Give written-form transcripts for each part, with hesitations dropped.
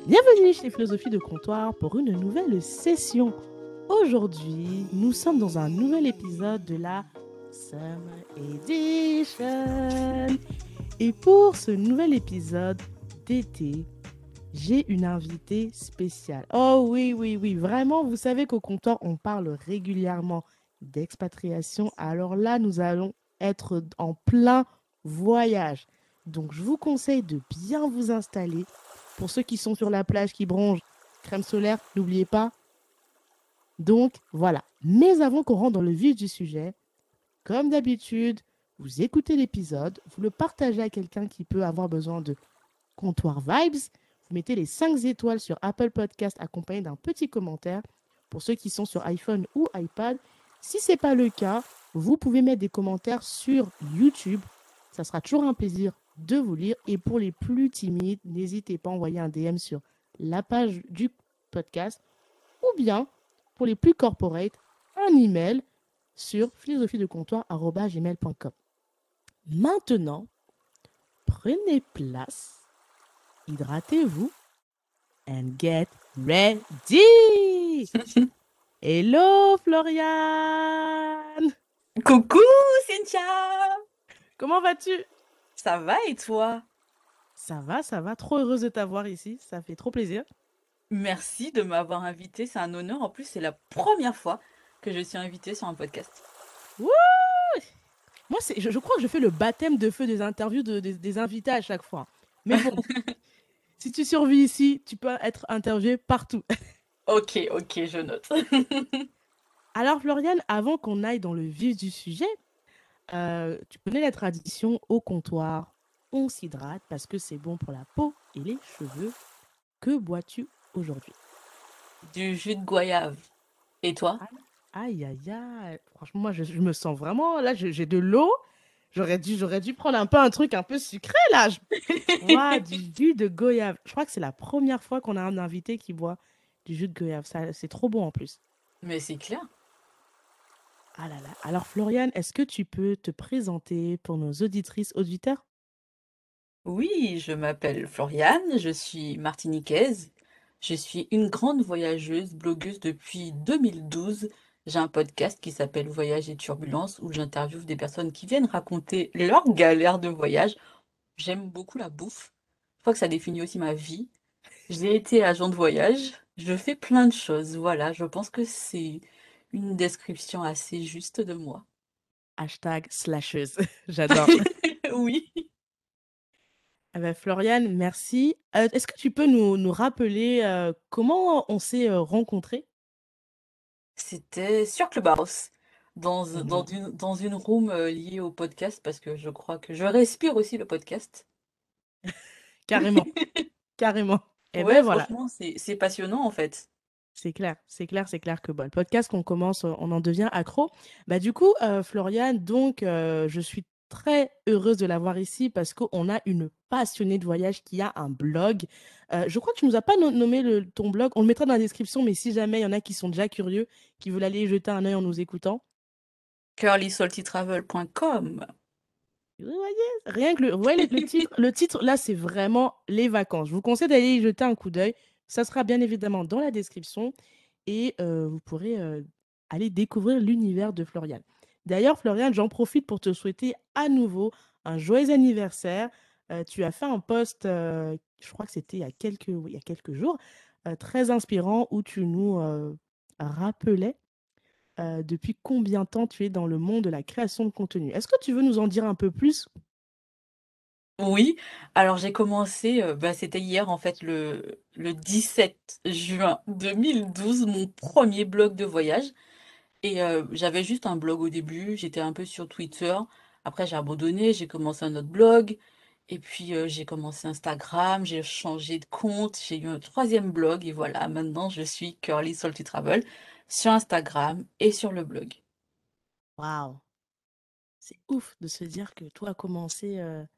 Bienvenue chez Philosophie de Comptoir pour une nouvelle session. Aujourd'hui, nous sommes dans un nouvel épisode de la Summer Edition. Et pour ce nouvel épisode d'été, j'ai une invitée spéciale. Oh oui, oui, oui, vraiment, vous savez qu'au comptoir, on parle régulièrement d'expatriation. Alors là, nous allons être en plein voyage. Donc, je vous conseille de bien vous installer. Pour ceux qui sont sur la plage, qui bronzent, crème solaire, n'oubliez pas. Donc, voilà. Mais avant qu'on rentre dans le vif du sujet, comme d'habitude, vous écoutez l'épisode, vous le partagez à quelqu'un qui peut avoir besoin de comptoir vibes. Vous mettez les 5 étoiles sur Apple Podcast accompagné d'un petit commentaire pour ceux qui sont sur iPhone ou iPad. Si ce n'est pas le cas, vous pouvez mettre des commentaires sur YouTube. Ça sera toujours un plaisir de vous lire. Et pour les plus timides, n'hésitez pas à envoyer un DM sur la page du podcast ou bien pour les plus corporate, un email sur philosophiedecomptoir@gmail.com. Maintenant, prenez place, hydratez-vous and get ready. Hello Floriane. Coucou Cynthia! Comment vas-tu? Ça va et toi? Ça va. Trop heureuse de t'avoir ici. Ça fait trop plaisir. Merci de m'avoir invitée, c'est un honneur. En plus, c'est la première fois que je suis invitée sur un podcast. Wouh! Moi, je crois que je fais le baptême de feu des interviews des invités à chaque fois. Mais bon, si tu survis ici, tu peux être interviewé partout. Ok, ok, je note. Alors Floriane, avant qu'on aille dans le vif du sujet, tu connais la tradition au comptoir. On s'hydrate parce que c'est bon pour la peau et les cheveux. Que bois-tu aujourd'hui? Du jus de goyave. Et toi? Aïe, aïe, aïe, aïe. Franchement, moi, je me sens vraiment... Là, j'ai de l'eau. J'aurais dû prendre un peu un truc un peu sucré, là. Ouah, du jus de goyave. Je crois que c'est la première fois qu'on a un invité qui boit du jus de goyave. Ça, c'est trop bon en plus. Mais c'est clair. Ah là là. Alors, Floriane, est-ce que tu peux te présenter pour nos auditrices, auditeurs? Oui, je m'appelle Floriane, je suis martiniquaise. Je suis une grande voyageuse, blogueuse depuis 2012. J'ai un podcast qui s'appelle Voyage et Turbulences où j'interviewe des personnes qui viennent raconter leurs galères de voyage. J'aime beaucoup la bouffe. Je crois que ça définit aussi ma vie. J'ai été agent de voyage. Je fais plein de choses. Voilà, je pense que c'est une description assez juste de moi. Hashtag slasheuse. J'adore. Oui. Ah ben, Floriane, merci. Est-ce que tu peux nous rappeler comment on s'est rencontrés? C'était sur Clubhouse, Mhm. dans une room liée au podcast, parce que je crois que je respire aussi le podcast. Carrément, carrément. Et ben Ouais, voilà, franchement, c'est passionnant en fait. c'est clair que bon, le podcast qu'on commence, on en devient accro. Bah, du coup, Floriane, donc, je suis très heureuse de l'avoir ici parce qu'on a une passionnée de voyage qui a un blog. Je crois que tu nous as pas nommé ton blog. On le mettra dans la description, mais si jamais il y en a qui sont déjà curieux, qui veulent aller y jeter un œil en nous écoutant. curlysaltytravel.com. Vous voyez, rien que vous voyez le titre, là, c'est vraiment les vacances. Je vous conseille d'aller y jeter un coup d'œil. Ça sera bien évidemment dans la description et vous pourrez aller découvrir l'univers de Floriane. D'ailleurs, Floriane, j'en profite pour te souhaiter à nouveau un joyeux anniversaire. Tu as fait un post, je crois que c'était oui, il y a quelques jours, très inspirant où tu nous rappelais depuis combien de temps tu es dans le monde de la création de contenu. Est-ce que tu veux nous en dire un peu plus? Oui, alors j'ai commencé, c'était hier en fait, le 17 juin 2012, mon premier blog de voyage. Et j'avais juste un blog au début, j'étais un peu sur Twitter. Après, j'ai abandonné, j'ai commencé un autre blog. Et puis, j'ai commencé Instagram, j'ai changé de compte, j'ai eu un troisième blog. Et voilà, maintenant, je suis Curly Salty Travel sur Instagram et sur le blog. Waouh, c'est ouf de se dire que tout a commencé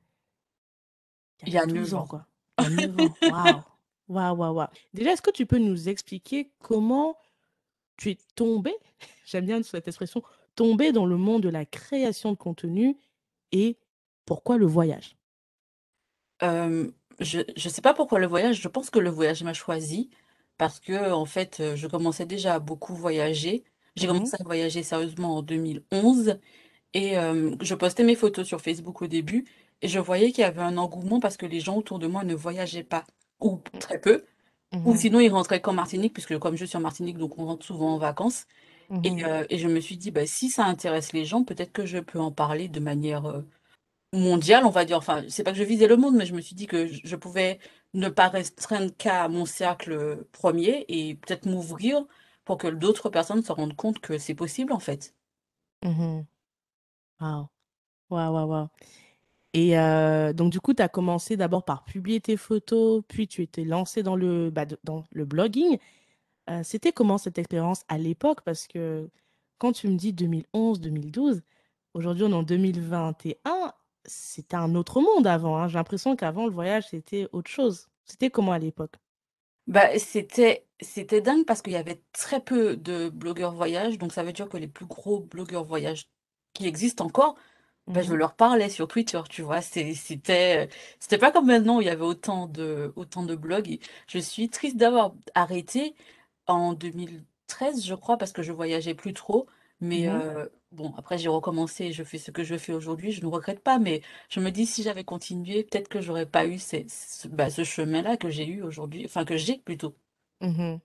il y Il a y a 12 9 ans, ans. quoi. Il y a 9 ans. Waouh. Waouh, waouh, waouh. Déjà, est-ce que tu peux nous expliquer comment tu es tombé, j'aime bien cette expression, tombé dans le monde de la création de contenu et pourquoi le voyage? je sais pas pourquoi le voyage, je pense que le voyage m'a choisi parce que en fait, je commençais déjà à beaucoup voyager. J'ai Mhm, commencé à voyager sérieusement en 2011 et je postais mes photos sur Facebook au début et je voyais qu'il y avait un engouement parce que les gens autour de moi ne voyageaient pas ou très peu ou mhm, sinon ils rentraient qu'en Martinique puisque comme je suis en Martinique, donc on rentre souvent en vacances mhm, et je me suis dit: «Bah, si ça intéresse les gens, peut-être que je peux en parler de manière, mondiale, on va dire. Enfin, c'est pas que je visais le monde, mais je me suis dit que je pouvais ne pas restreindre qu'à mon cercle premier et peut-être m'ouvrir pour que d'autres personnes se rendent compte que c'est possible en fait. mhm. Waouh, waouh, waouh, waouh. Et donc, du coup, tu as commencé d'abord par publier tes photos, puis tu étais lancé dans dans le blogging. C'était comment cette expérience à l'époque? Parce que quand tu me dis 2011, 2012, aujourd'hui on est en 2021, c'était un autre monde avant, hein. J'ai l'impression qu'avant le voyage c'était autre chose. C'était comment à l'époque? Bah, c'était dingue parce qu'il y avait très peu de blogueurs voyage, donc ça veut dire que les plus gros blogueurs voyage qui existent encore, bah, je Mhm, leur parlais sur Twitter, tu vois. C'était pas comme maintenant où il y avait autant de blogs. Et je suis triste d'avoir arrêté en 2013, je crois, parce que je voyageais plus trop. Mais mhm, bon, après j'ai recommencé, je fais ce que je fais aujourd'hui, je ne regrette pas. Mais je me dis, si j'avais continué, peut-être que j'aurais pas eu ce chemin-là que j'ai eu aujourd'hui, enfin que j'ai plutôt. mhm.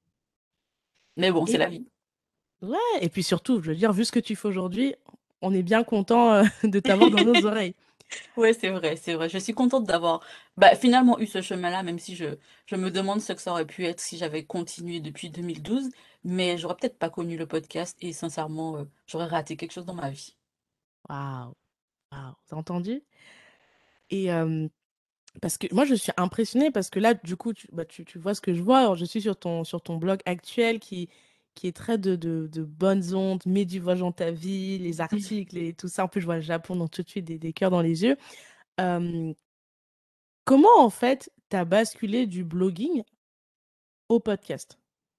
Mais bon, c'est Et la vie. ouais, et puis surtout, je veux dire, vu ce que tu fais aujourd'hui, on est bien content de t'avoir dans nos oreilles. Ouais, c'est vrai, c'est vrai. Je suis contente d'avoir bah, finalement eu ce chemin-là, même si je me demande ce que ça aurait pu être si j'avais continué depuis 2012, mais j'aurais peut-être pas connu le podcast et sincèrement, j'aurais raté quelque chose dans ma vie. Waouh, waouh, t'as entendu? Et parce que moi, je suis impressionnée parce que là, du coup, tu vois ce que je vois. Alors, je suis sur ton blog actuel qui est très de bonnes ondes, mets du voyage dans ta vie, les articles et tout ça. En plus, je vois le Japon, donc tout de suite des cœurs dans les yeux. Euh, Comment, en fait, t'as basculé du blogging au podcast?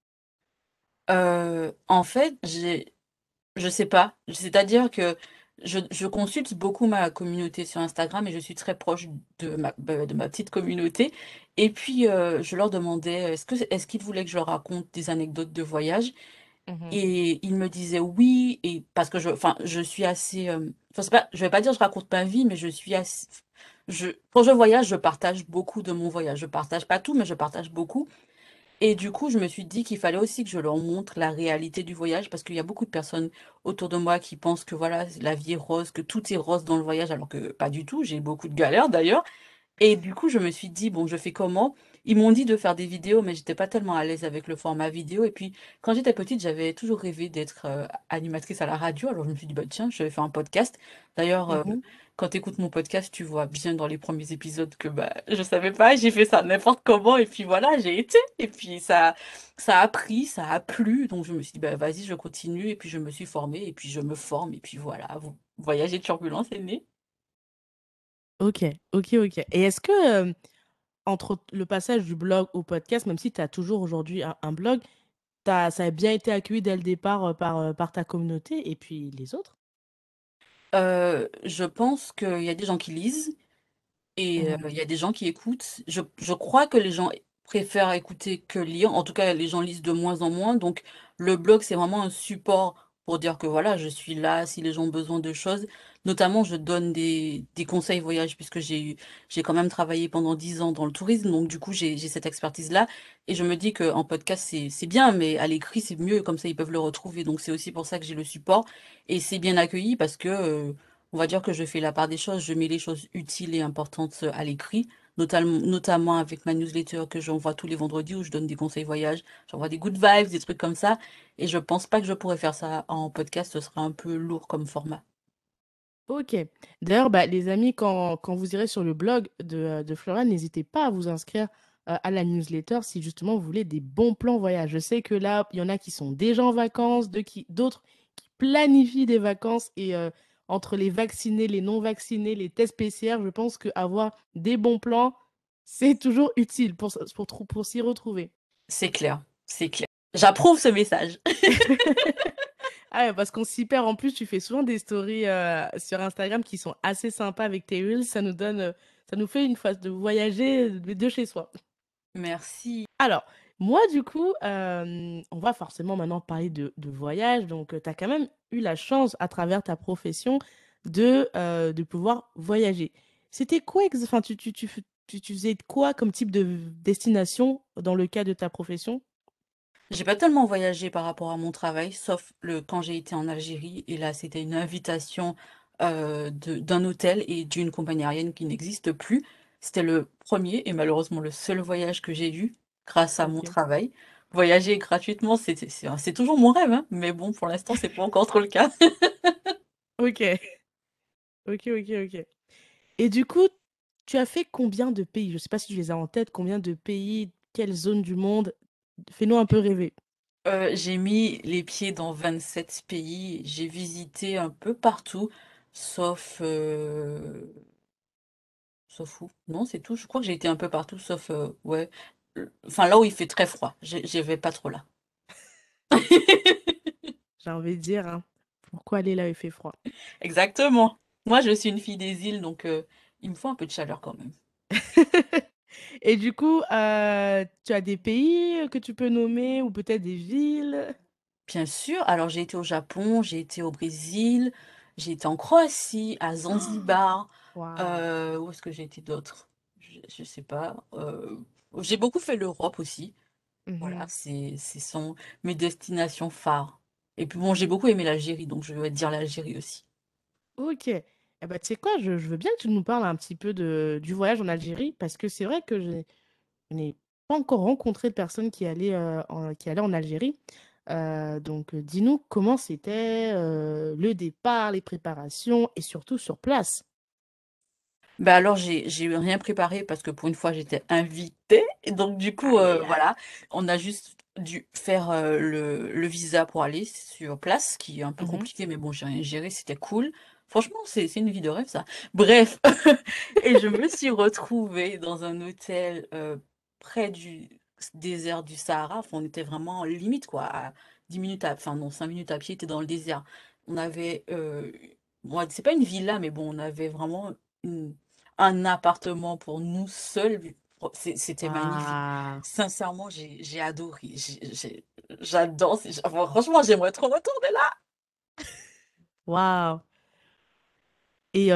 En fait, je sais pas. C'est-à-dire que je consulte beaucoup ma communauté sur Instagram et je suis très proche de ma petite communauté. Et puis, je leur demandais, est-ce qu'ils voulaient que je leur raconte des anecdotes de voyage? Mhm, Et il me disait oui, et parce que enfin, je suis assez, enfin, c'est pas, je vais pas dire je raconte ma vie, mais je suis assez, quand je voyage, je partage beaucoup de mon voyage. Je partage pas tout, mais je partage beaucoup. Et du coup, je me suis dit qu'il fallait aussi que je leur montre la réalité du voyage, parce qu'il y a beaucoup de personnes autour de moi qui pensent que voilà, la vie est rose, que tout est rose dans le voyage, alors que pas du tout. J'ai beaucoup de galères d'ailleurs. Et du coup, je me suis dit, bon, je fais comment? Ils m'ont dit de faire des vidéos, mais j'étais pas tellement à l'aise avec le format vidéo. Et puis, quand j'étais petite, j'avais toujours rêvé d'être animatrice à la radio. Alors, je me suis dit, bah, tiens, je vais faire un podcast. D'ailleurs, mhm. quand tu écoutes mon podcast, tu vois bien dans les premiers épisodes que bah, je savais pas, j'ai fait ça n'importe comment. Et puis voilà, j'ai été. Et puis, ça a pris, ça a plu. Donc, je me suis dit, bah, vas-y, je continue. Et puis, je me suis formée. Et puis, je me forme. Et puis, voilà, voyager turbulence est né. Ok, ok, ok. Et est-ce que, entre le passage du blog au podcast, même si tu as toujours aujourd'hui un blog, ça a bien été accueilli dès le départ par ta communauté et puis les autres? Je pense qu'il y a des gens qui lisent. Et Mhm, il y a des gens qui écoutent. Je crois que les gens préfèrent écouter que lire. En tout cas, les gens lisent de moins en moins. Donc, le blog, c'est vraiment un support pour dire que voilà, je suis là si les gens ont besoin de choses. Notamment, je donne des conseils voyage puisque j'ai quand même travaillé pendant 10 ans dans le tourisme. Donc, du coup, j'ai cette expertise-là. Et je me dis qu'en podcast, c'est bien, mais à l'écrit, c'est mieux. Comme ça, ils peuvent le retrouver. Donc, c'est aussi pour ça que j'ai le support. Et c'est bien accueilli parce que, on va dire que je fais la part des choses, je mets les choses utiles et importantes à l'écrit, notamment avec ma newsletter que j'envoie tous les vendredis où je donne des conseils voyage, j'envoie des good vibes, des trucs comme ça. Et je pense pas que je pourrais faire ça en podcast, ce serait un peu lourd comme format. ok. D'ailleurs, bah, les amis, quand vous irez sur le blog de Flora, n'hésitez pas à vous inscrire à la newsletter si justement vous voulez des bons plans voyage. Je sais que là, il y en a qui sont déjà en vacances, d'autres qui planifient des vacances et entre les vaccinés, les non vaccinés, les tests PCR, je pense qu'avoir des bons plans, c'est toujours utile pour s'y retrouver. C'est clair, c'est clair. J'approuve ce message. Ah ouais, parce qu'on s'y perd. En plus, tu fais souvent des stories sur Instagram qui sont assez sympas avec tes reels. Ça Ça nous fait une phase de voyager de chez soi. Merci. Alors, moi, du coup, on va forcément maintenant parler de voyage. Donc, tu as quand même eu la chance, à travers ta profession, de pouvoir voyager. C'était quoi, enfin, tu faisais quoi comme type de destination dans le cas de ta profession? J'ai pas tellement voyagé par rapport à mon travail, sauf quand j'ai été en Algérie. Et là, c'était une invitation d'un hôtel et d'une compagnie aérienne qui n'existe plus. C'était le premier et malheureusement le seul voyage que j'ai eu grâce à mon Ok. travail. Voyager gratuitement, c'est toujours mon rêve, hein, mais bon, pour l'instant, c'est pas encore trop le cas. Ok, ok, ok, ok. Et du coup, tu as fait combien de pays? Je sais pas si tu les as en tête, combien de pays, quelle zone du monde? Fais-nous un peu rêver. J'ai mis les pieds dans 27 pays. J'ai visité un peu partout, sauf sauf où? Non, c'est tout. Je crois que j'ai été un peu partout, sauf ouais. Enfin, là où il fait très froid. J'y vais pas trop là. J'ai envie de dire, hein, pourquoi aller là où il fait froid? Exactement. Moi, je suis une fille des îles, donc il me faut un peu de chaleur quand même. Et du coup, tu as des pays que tu peux nommer ou peut-être des villes? Bien sûr. Alors, j'ai été au Japon, j'ai été au Brésil, j'ai été en Croatie, à Zanzibar. Waouh. Où est-ce que j'ai été d'autre? Je sais pas. J'ai beaucoup fait l'Europe aussi. Voilà, Mhm. ce sont mes destinations phares. Et puis bon, j'ai beaucoup aimé l'Algérie, donc je vais te dire l'Algérie aussi. Ok. Eh ben, tu sais quoi, je veux bien que tu nous parles un petit peu du voyage en Algérie, parce que c'est vrai que je n'ai pas encore rencontré de personne qui allait en Algérie. Donc, dis-nous comment c'était le départ, les préparations et surtout sur place. Bah alors j'ai rien préparé parce que pour une fois j'étais invitée et donc du coup Aïe, aïe, aïe. voilà, on a juste dû faire le visa pour aller sur place, qui est un peu Mhm. compliqué mais bon j'ai rien géré, c'était cool. Franchement c'est une vie de rêve ça. Bref, et je me suis retrouvée dans un hôtel près du désert du Sahara. Enfin, on était vraiment limite quoi, à 10 minutes enfin non 5 minutes à pied, t'es dans le désert. On avait bon, c'est pas une villa mais bon on avait vraiment une un appartement pour nous seuls. C'était magnifique. Waouh. Sincèrement, j'ai adoré. J'adore. Enfin, franchement, j'aimerais trop retourner là. Waouh. Et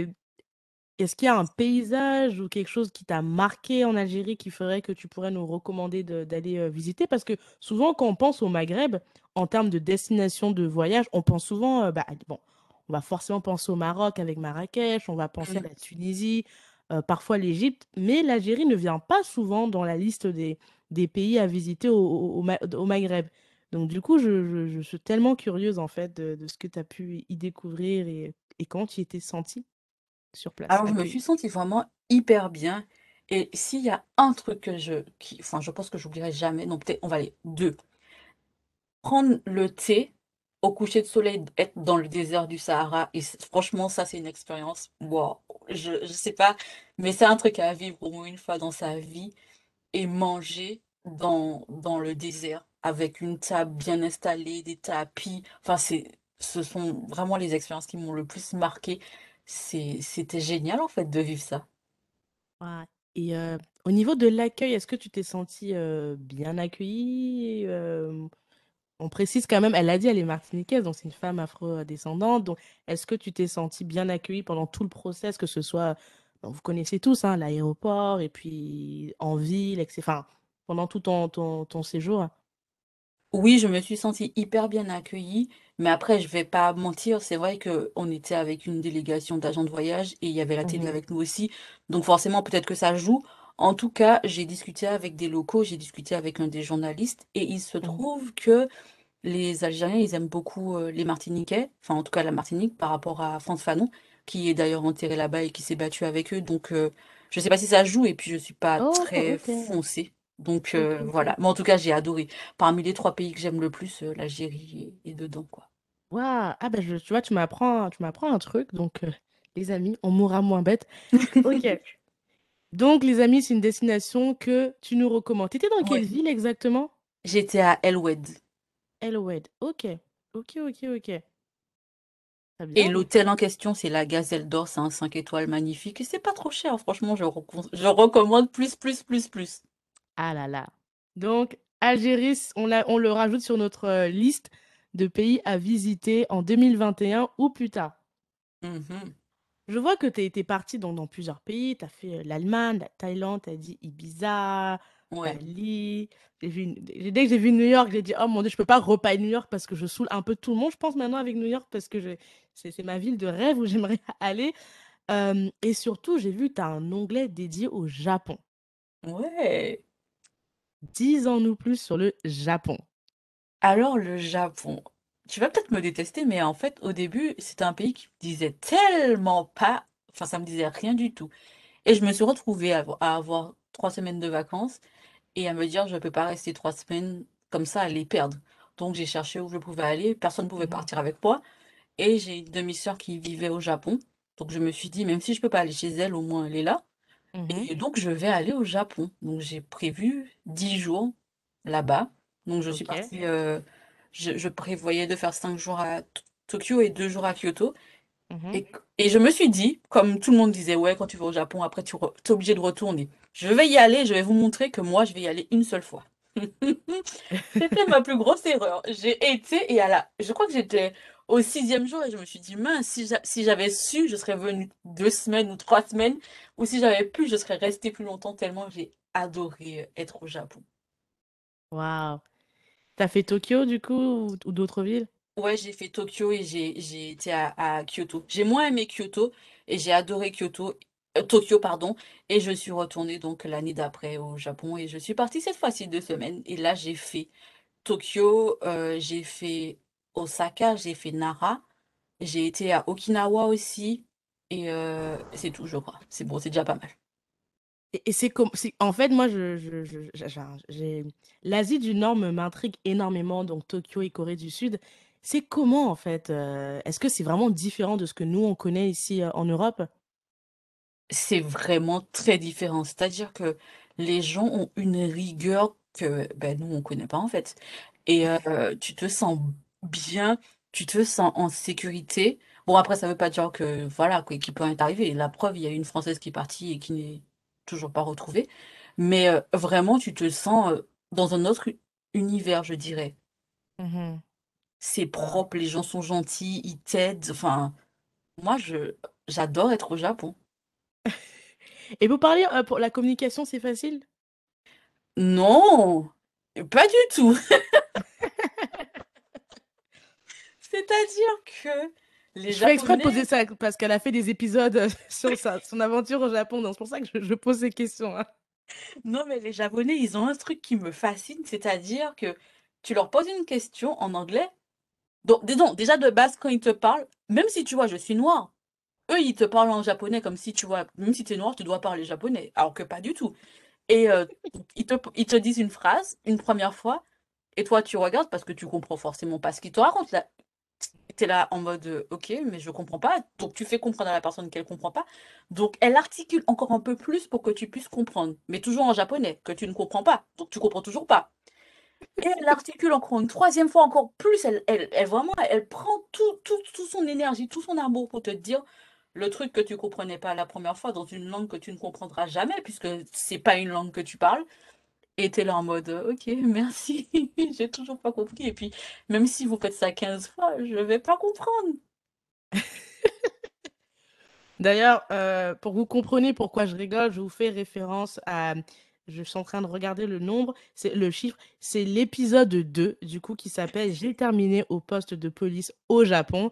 est-ce qu'il y a un paysage ou quelque chose qui t'a marqué en Algérie qui ferait que tu pourrais nous recommander d'aller visiter? Parce que souvent, quand on pense au Maghreb, en termes de destination de voyage, on pense souvent, bon, on va forcément penser au Maroc avec Marrakech, on va penser à Mm. la Tunisie, parfois l'Égypte, mais l'Algérie ne vient pas souvent dans la liste des pays à visiter au Maghreb. Donc du coup, je suis tellement curieuse en fait de ce que tu as pu y découvrir et comment tu y étais sentie sur place, Alors, je me accueilli. suis sentie vraiment hyper bien. Et s'il y a un truc enfin, je pense que j'oublierai jamais, non, peut-être, on va aller, deux. Prendre le thé au coucher de soleil, être dans le désert du Sahara. Et franchement, ça, c'est une expérience. Wow. Je sais pas, mais c'est un truc à vivre au moins une fois dans sa vie. Et manger dans le désert avec une table bien installée, des tapis. Enfin, ce sont vraiment les expériences qui m'ont le plus marqué. C'était génial en fait de vivre ça. Ouais. Et au niveau de l'accueil, est-ce que tu t'es sentie bien accueillie? On précise quand même, elle a dit, elle est martiniquaise, donc c'est une femme afro-descendante. Donc, est-ce que tu t'es sentie bien accueillie pendant tout le process, que ce soit, bon, vous connaissez tous, hein, l'aéroport et puis en ville, etc. Enfin, pendant tout ton séjour. Oui, je me suis sentie hyper bien accueillie, mais après, je vais pas mentir, c'est vrai que on était avec une délégation d'agents de voyage et il y avait la télé Mhm, avec nous aussi, donc forcément, peut-être que ça joue. En tout cas, j'ai discuté avec des locaux, j'ai discuté avec un des journalistes et il se mhm, trouve que les Algériens, ils aiment beaucoup les Martiniquais, enfin en tout cas la Martinique par rapport à Frantz Fanon, qui est d'ailleurs enterré là-bas et qui s'est battu avec eux. Donc je sais pas si ça joue et puis je suis pas oh, très ok. foncée. Donc Ok, voilà. ok. Mais en tout cas, j'ai adoré. Parmi les trois pays que j'aime le plus, l'Algérie est dedans, quoi. Waouh. Ah, ben, tu vois, tu m'apprends un truc. Donc, les amis, on mourra moins bête. Ok. Donc, les amis, c'est une destination que tu nous recommandes. T'étais dans quelle Ouais. ville exactement? J'étais à El Oued. El Oued. Ok. Ok, ok, ok. Très Et bien. l'hôtel en question, c'est la Gazelle d'Or, c'est un 5 étoiles magnifique et c'est pas trop cher. Franchement, je recommande plus, plus, plus, plus. Ah là là. Donc, Algérie, on le rajoute sur notre liste de pays à visiter en 2021 ou plus tard. Mhm. Je vois que tu as été parti dans plusieurs pays. Tu as fait l'Allemagne, la Thaïlande, tu as dit Ibiza, Ouais. Bali. Dès que j'ai vu New York, j'ai dit, oh mon Dieu, je peux pas repailler New York parce que je saoule un peu tout le monde, je pense maintenant avec New York parce que c'est ma ville de rêve où j'aimerais aller. Et surtout, j'ai vu que tu as un onglet dédié au Japon. Ouais. Dis-en-nous plus sur le Japon. Alors, le Japon. Tu vas peut-être me détester, mais en fait, au début, c'était un pays qui me disait tellement pas. Enfin, ça me disait rien du tout. Et je me suis retrouvée à avoir 3 semaines de vacances et à me dire, je ne peux pas rester 3 semaines comme ça à les perdre. Donc, j'ai cherché où je pouvais aller. Personne ne pouvait Mhm, partir avec moi. Et j'ai une demi-sœur qui vivait au Japon. Donc, je me suis dit, même si je peux pas aller chez elle, au moins elle est là. mhm. Et donc, je vais aller au Japon. Donc, j'ai prévu 10 jours là-bas. Donc, je suis Ok. partie, je prévoyais de faire 5 jours à Tokyo et 2 jours à Kyoto. Mhm. Et je me suis dit, comme tout le monde disait, ouais, quand tu vas au Japon, après, es obligé de retourner. Je vais y aller, je vais vous montrer que moi, je vais y aller une seule fois. C'était ma plus grosse erreur. J'ai été et je crois que j'étais au 6e jour et je me suis dit, mince, si j'avais su, je serais venue 2 semaines ou 3 semaines, ou si j'avais pu, je serais restée plus longtemps tellement j'ai adoré être au Japon. Waouh. T'as fait Tokyo du coup ou d'autres villes? Ouais, j'ai fait Tokyo et j'ai été à Kyoto. J'ai moins aimé Kyoto et j'ai adoré Tokyo, pardon, et je suis retournée donc l'année d'après au Japon et je suis partie cette fois-ci 2 semaines et là j'ai fait Tokyo, j'ai fait Osaka, j'ai fait Nara. J'ai été à Okinawa aussi. Et c'est tout, je crois. C'est bon, c'est déjà pas mal. Et c'est comme, en fait, moi, l'Asie du Nord m'intrigue énormément, donc Tokyo et Corée du Sud. C'est comment, en fait? Est-ce que c'est vraiment différent de ce que nous, on connaît ici en Europe? C'est vraiment très différent. C'est-à-dire que les gens ont une rigueur que ben, nous, on connaît pas en fait. Et tu te sens bien, tu te sens en sécurité. Bon, après, ça veut pas dire que, voilà, quoi, qu'il peut en être arrivé. La preuve, il y a une Française qui est partie et qui n'est toujours pas retrouvée. Mais vraiment, tu te sens dans un autre univers, je dirais. Mhm. C'est Wow. propre, les gens sont gentils, ils t'aident. Enfin, moi, j'adore être au Japon. Et vous parlez, pour la communication, c'est facile? Non, pas du tout. C'est-à-dire que les Je fais exprès de poser Japonais, ça parce qu'elle a fait des épisodes sur son aventure au Japon, donc c'est pour ça que je pose ces questions, hein. non mais les Japonais, ils ont un truc qui me fascine, c'est-à-dire que tu leur poses une question en anglais. Donc, déjà de base, quand ils te parlent, même si tu vois, je suis noire, eux, ils te parlent en japonais comme si tu vois, même si tu es noir, tu dois parler japonais, alors que pas du tout. Et ils te disent une phrase une première fois, et toi, tu regardes parce que tu comprends forcément pas ce qu'ils te racontent. Là, t'es là en mode, ok, mais je comprends pas. Donc, tu fais comprendre à la personne qu'elle comprend pas. Donc, elle articule encore un peu plus pour que tu puisses comprendre, mais toujours en japonais, que tu ne comprends pas. Donc, tu comprends toujours pas. Et elle articule encore une troisième fois, encore plus. Elle vraiment, elle prend tout son énergie, tout son amour pour te dire le truc que tu comprenais pas la première fois dans une langue que tu ne comprendras jamais, puisque c'est pas une langue que tu parles. Et t'es là en mode, ok, merci, j'ai toujours pas compris. Et puis, même si vous faites ça 15 fois, je vais pas comprendre. D'ailleurs, pour que vous compreniez pourquoi je rigole, je vous fais référence à... Je suis en train de regarder le nombre, c'est le chiffre, c'est l'épisode 2 du coup, qui s'appelle J'ai terminé au poste de police au Japon,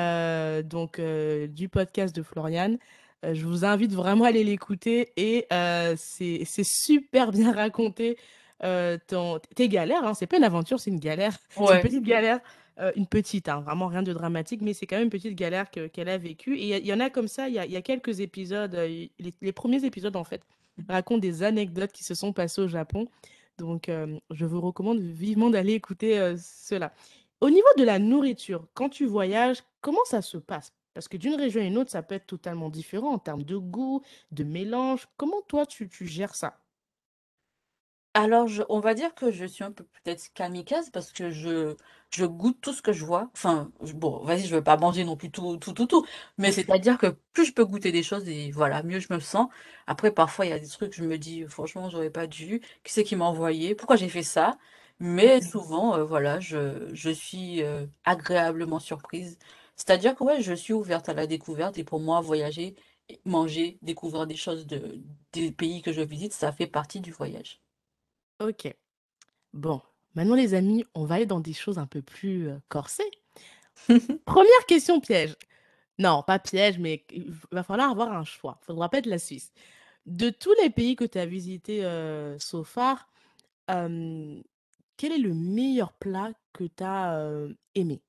du podcast de Florian. Je vous invite vraiment à aller l'écouter et c'est super bien raconté. Tes galères, hein, c'est pas une aventure, c'est une galère. C'est une Ouais, petite galère, une petite, hein, vraiment rien de dramatique, mais c'est quand même une petite galère qu'elle a vécue. Et il y en a comme ça, il y a quelques épisodes, les premiers épisodes en fait, racontent des anecdotes qui se sont passées au Japon. Donc, je vous recommande vivement d'aller écouter cela. Au niveau de la nourriture, quand tu voyages, comment ça se passe? Parce que d'une région à une autre, ça peut être totalement différent en termes de goût, de mélange. Comment toi, tu gères ça? Alors, on va dire que je suis un peu peut-être kamikaze parce que je goûte tout ce que je vois. Enfin, bon, vas-y, je veux pas manger non plus tout, tout, tout, tout. Mais c'est-à-dire que plus je peux goûter des choses et voilà, mieux je me sens. Après, parfois, il y a des trucs, je me dis, franchement, j'aurais pas dû. Qui c'est qui m'a envoyé? Pourquoi j'ai fait ça? Mais Mhm. souvent, voilà, je suis agréablement surprise. C'est-à-dire que ouais, je suis ouverte à la découverte et pour moi, voyager, manger, découvrir des choses des pays que je visite, ça fait partie du voyage. Ok. Bon, maintenant les amis, on va aller dans des choses un peu plus corsées. Première question piège. Non, pas piège, mais il va falloir avoir un choix. Faudra pas être la Suisse. De tous les pays que tu as visités so far, euh, quel est le meilleur plat que tu as aimé?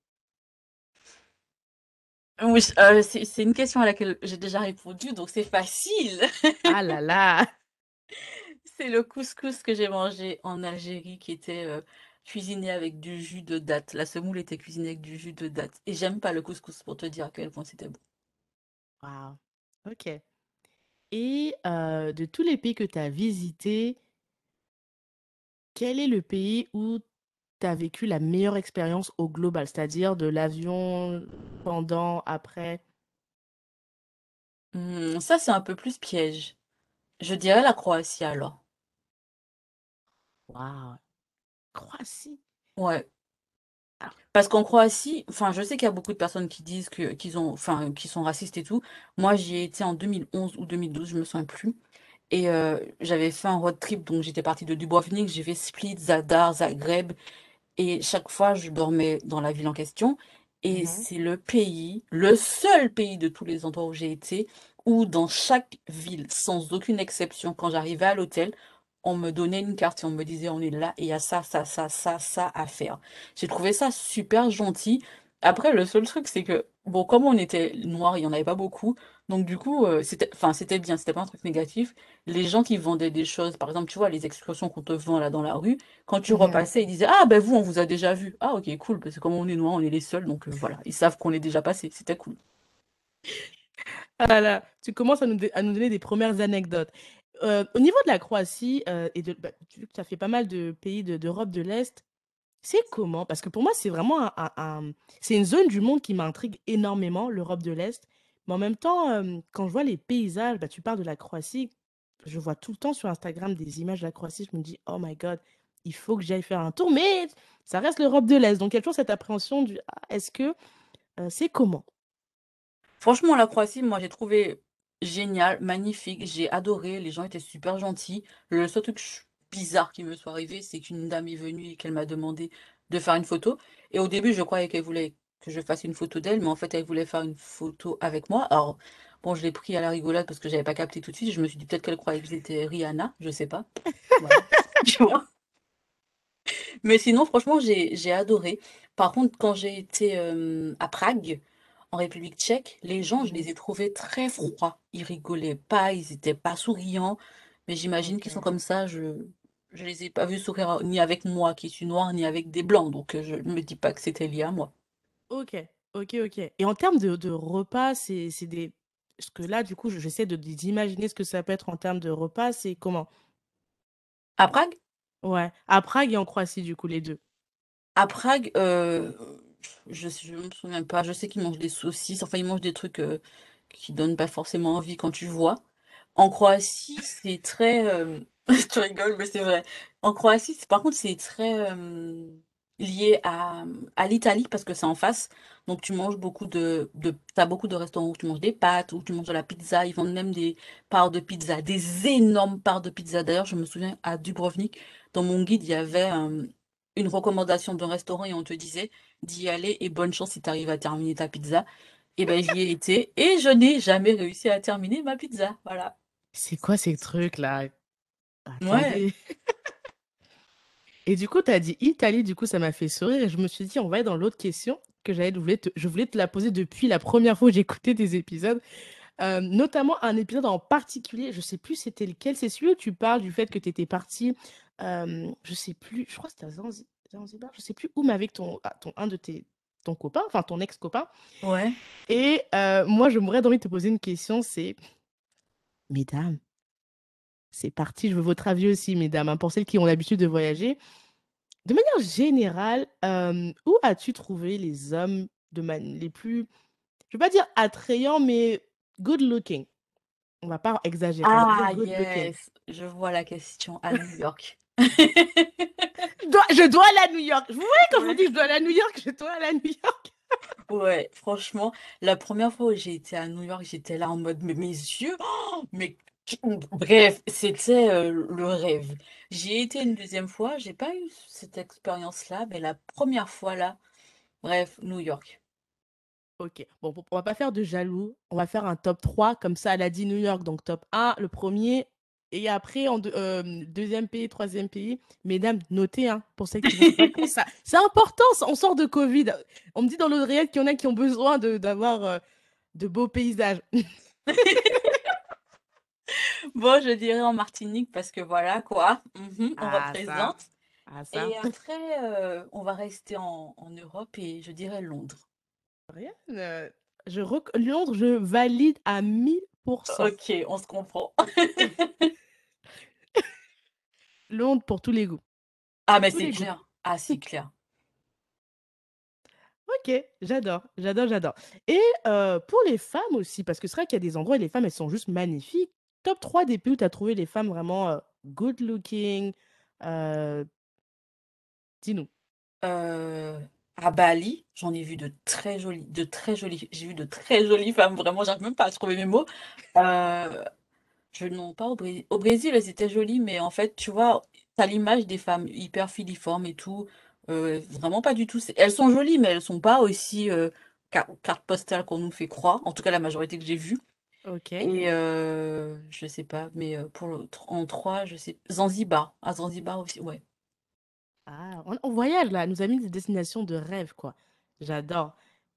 Oui, c'est une question à laquelle j'ai déjà répondu, donc c'est facile. Ah là là! C'est le couscous que j'ai mangé en Algérie qui était cuisiné avec du jus de date. La semoule était cuisinée avec du jus de date. Et j'aime pas le couscous pour te dire à quel point c'était bon. Waouh! Ok. Et de tous les pays que tu as visités, quel est le pays où tu as vécu la meilleure expérience au global? C'est-à-dire de l'avion, pendant, après? Ça, c'est un peu plus piège. Je dirais la Croatie alors. Waouh! Croatie. Ouais. Alors, Parce qu'en Croatie, enfin, je sais qu'il y a beaucoup de personnes qui disent qu'ils ont, enfin, qui sont racistes et tout. Moi, j'y ai été en 2011 ou 2012, je me souviens plus. Et j'avais fait un road trip, donc j'étais partie de Dubrovnik, j'ai fait Split, Zadar, Zagreb, et chaque fois je dormais dans la ville en question. Et mhm, c'est le pays, le seul pays de tous les endroits où j'ai été, où dans chaque ville, sans aucune exception, quand j'arrivais à l'hôtel, on me donnait une carte et on me disait on est là et il y a ça, ça, ça, ça, ça à faire. J'ai trouvé ça super gentil. Après, le seul truc, c'est que, bon, comme on était noirs, il n'y en avait pas beaucoup. Donc, du coup, enfin, c'était bien, c'était pas un truc négatif. Les gens qui vendaient des choses, par exemple, tu vois, les excursions qu'on te vend là dans la rue, quand tu mhm. repassais, ils disaient, ah, ben vous, on vous a déjà vu. Ah, ok, cool, parce que comme on est noirs, on est les seuls, donc voilà, ils savent qu'on est déjà passé. C'était cool. Ah là là, tu commences à nous donner des premières anecdotes. Au niveau de la Croatie, et bah, vu que tu as fait pas mal de pays d'Europe de l'Est, c'est comment? Parce que pour moi, c'est vraiment c'est une zone du monde qui m'intrigue énormément, l'Europe de l'Est. Mais en même temps, quand je vois les paysages, bah, tu parles de la Croatie, je vois tout le temps sur Instagram des images de la Croatie, je me dis, oh my God, il faut que j'aille faire un tour. Mais ça reste l'Europe de l'Est. Donc, il y a toujours cette appréhension du, ah, est-ce que c'est comment? Franchement, la Croatie, moi, j'ai trouvé génial, magnifique, j'ai adoré, les gens étaient super gentils. Le seul truc bizarre qui me soit arrivé, c'est qu'une dame est venue et qu'elle m'a demandé de faire une photo. Et au début, je croyais qu'elle voulait que je fasse une photo d'elle, mais en fait, elle voulait faire une photo avec moi. Alors, bon, je l'ai pris à la rigolade parce que j'avais pas capté tout de suite. Je me suis dit peut-être qu'elle croyait que j'étais Rihanna, je sais pas. Voilà. Tu vois. Mais sinon, franchement, j'ai adoré. Par contre, quand j'ai été à Prague, en République tchèque, les gens, je Mhm. les ai trouvés très froids. Ils rigolaient pas, ils étaient pas souriants. Mais j'imagine qu'ils sont Ok. comme ça. Je les ai pas vus sourire ni avec moi, qui suis noire, ni avec des blancs. Donc, je ne me dis pas que c'était lié à moi. Ok, ok, ok. Et en termes de repas, c'est des... Parce que là, du coup, j'essaie d'imaginer ce que ça peut être en termes de repas. C'est comment? À Prague? Ouais. À Prague et en Croatie, du coup, les deux. À Prague, je me souviens pas. Je sais qu'ils mangent des saucisses. Enfin, ils mangent des trucs qui donnent pas forcément envie quand tu vois. En Croatie, c'est très. Tu rigoles, mais c'est vrai. En Croatie, par contre, c'est très lié à l'Italie parce que c'est en face. Donc, tu manges beaucoup t'as beaucoup de restaurants où tu manges des pâtes, où tu manges de la pizza. Ils vendent même des parts de pizza, des énormes parts de pizza. D'ailleurs, je me souviens à Dubrovnik, dans mon guide, il y avait une recommandation d'un restaurant et on te disait d'y aller et bonne chance si tu arrives à terminer ta pizza. Et ben, j'y ai été et je n'ai jamais réussi à terminer ma pizza. Voilà. C'est quoi ces trucs-là? Ouais. Attendez. Et du coup, tu as dit Italie, du coup, ça m'a fait sourire. Et je me suis dit, on va aller dans l'autre question que je voulais te la poser depuis la première fois où j'ai écouté tes épisodes. Notamment un épisode en particulier, je sais plus c'était lequel, c'est celui où tu parles du fait que tu étais parti, je sais plus, je crois que c'était à Zanzibar, je sais plus où, mais avec un de ton copain, enfin ton ex-copain. Ouais. Et moi, je m'aurais envie de te poser une question, c'est, mesdames, C'est parti, je veux votre avis aussi, mesdames, hein, pour celles qui ont l'habitude de voyager. De manière générale, où as-tu trouvé les hommes les plus, je ne vais pas dire attrayants, mais good looking? On va pas exagérer, on va dire Ah good looking. yes, je vois la question à New York. Je dois aller à New York. Vous voyez quand je vous Ouais. dis que je dois aller à New York, je dois aller à New York. Ouais, franchement, la première fois où j'ai été à New York, j'étais là en mode, mais mes yeux, oh, mais bref, c'était le rêve. J'y ai été une deuxième fois, j'ai pas eu cette expérience-là, mais la première fois là, bref, New York. Ok, bon, on va pas faire de jaloux. On va faire un top 3 comme ça, elle a dit New York, donc top un, le premier. Et après, deuxième pays, troisième pays. Mesdames, notez, hein, pour celles qui vont en vacances. C'est important, on sort de Covid. On me dit dans le réel qu'il y en a qui ont besoin d'avoir de beaux paysages. Bon, je dirais en Martinique parce que voilà quoi, on Ah, ça. représente. Ah, ça. Et après, on va rester en Europe et je dirais Londres. Rien. Londres, je valide à 1000%. Ok, on se comprend. Londres pour tous les goûts. Ah, mais Tous c'est les goûts. clair. Ah, c'est clair. Ok, j'adore, j'adore, j'adore. Et pour les femmes aussi, parce que c'est vrai qu'il y a des endroits où les femmes, elles sont juste magnifiques. Top 3 des pays où tu as trouvé les femmes vraiment good looking. euh, Dis-nous. Euh, à Bali, j'en ai vu j'ai vu de très jolies femmes, vraiment, j'arrive même pas à trouver mes mots. Euh, je non pas au Brésil, elles étaient jolies, mais en fait, tu vois, t'as l'image des femmes hyper filiformes et tout. Vraiment pas du tout. Elles sont jolies, mais elles sont pas aussi carte postale qu'on nous fait croire. En tout cas, la majorité que j'ai vue. Ok. Et je sais pas, mais en trois, je sais. Zanzibar. À Zanzibar aussi, ouais. Ah, on voyage là, elle nous a mis des destinations de rêve, quoi. J'adore.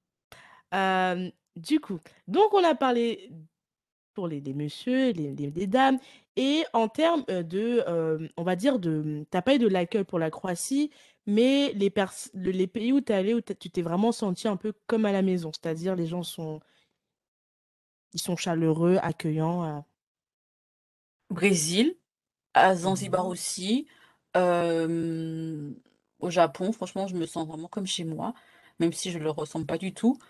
Du coup, donc on a parlé pour les messieurs, les dames. Et en termes on va dire, t'as pas eu de l'accueil pour la Croatie, mais les pays où tu es allé, où tu t'es vraiment senti un peu comme à la maison, c'est-à-dire les gens ils sont chaleureux, accueillants. Brésil, à Zanzibar Mhm. aussi. euh, Au Japon, franchement, je me sens vraiment comme chez moi, même si je le ressens pas du tout.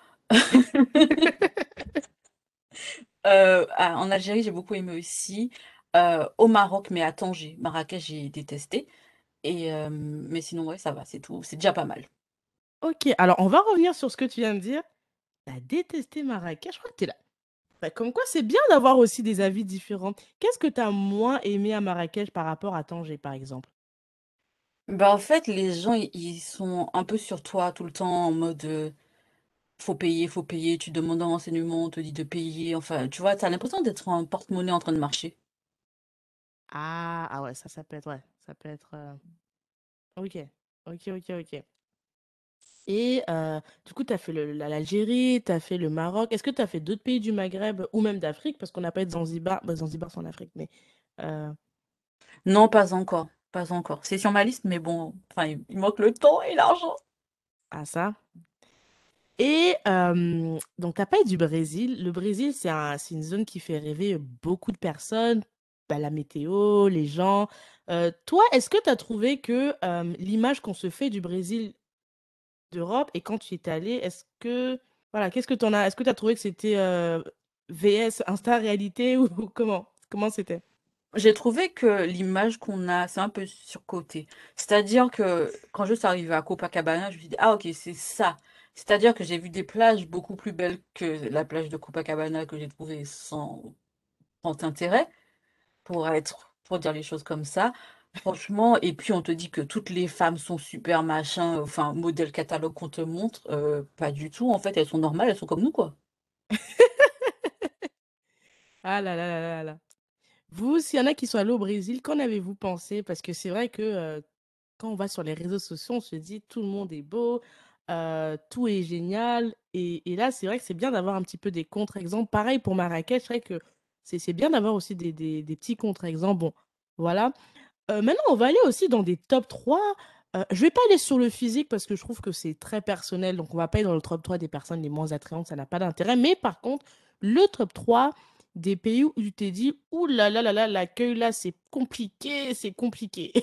En Algérie, j'ai beaucoup aimé aussi. Au Maroc, mais à Tanger, Marrakech, j'ai détesté. Mais sinon, ouais, ça va, c'est tout. C'est déjà pas mal. Ok, alors on va revenir sur ce que tu viens de dire. T'as détesté Marrakech, je crois que t'es là. Bah, comme quoi, c'est bien d'avoir aussi des avis différents. Qu'est-ce que t'as moins aimé à Marrakech par rapport à Tanger, par exemple? Bah, en fait, les gens, ils sont un peu sur toi tout le temps en mode faut payer, tu demandes un renseignement, on te dit de payer. Enfin, tu vois, t'as l'impression d'être en porte-monnaie en train de marcher. Ah ouais, ça peut être, ouais, ça peut être. Ok, ok, ok, ok. Et du coup, tu as fait l'Algérie, tu as fait le Maroc. Est-ce que tu as fait d'autres pays du Maghreb ou même d'Afrique? Parce qu'on n'a pas été Zanzibar. Bah, Zanzibar, c'est en Afrique, mais. euh, Non, pas encore, pas encore. C'est sur ma liste, mais bon, enfin, il manque le temps et l'argent. ah, ça. Et donc, tu pas été du Brésil. Le Brésil, c'est une zone qui fait rêver beaucoup de personnes. Bah, la météo, les gens. Toi, est-ce que tu as trouvé que l'image qu'on se fait du Brésil d'Europe et quand tu y es allé, voilà, qu'est-ce que tu en as? Est-ce que tu as trouvé que c'était VS Insta réalité ou comment c'était? J'ai trouvé que l'image qu'on a, c'est un peu surcoté. C'est-à-dire que quand je suis arrivée à Copacabana, je me suis dit, ah ok, c'est ça. C'est-à-dire que j'ai vu des plages beaucoup plus belles que la plage de Copacabana que j'ai trouvée sans grand intérêt, pour dire les choses comme ça. Franchement, et puis on te dit que toutes les femmes sont super machin, enfin, modèle catalogue qu'on te montre, pas du tout. En fait, elles sont normales, elles sont comme nous, quoi. Ah là là là là là. Vous, s'il y en a qui sont allés au Brésil, qu'en avez-vous pensé? Parce que c'est vrai que quand on va sur les réseaux sociaux, on se dit tout le monde est beau, tout est génial. Et là, c'est vrai que c'est bien d'avoir un petit peu des contre-exemples. Pareil pour Marrakech, c'est vrai que c'est bien d'avoir aussi des petits contre-exemples. Bon, voilà. Maintenant, on va aller aussi dans des top 3. Je vais pas aller sur le physique parce que je trouve que c'est très personnel. Donc, on va pas aller dans le top 3 des personnes les moins attrayantes. Ça n'a pas d'intérêt. Mais par contre, le top 3. des pays où tu t'es dit, ouh là là, l'accueil là, c'est compliqué, c'est compliqué.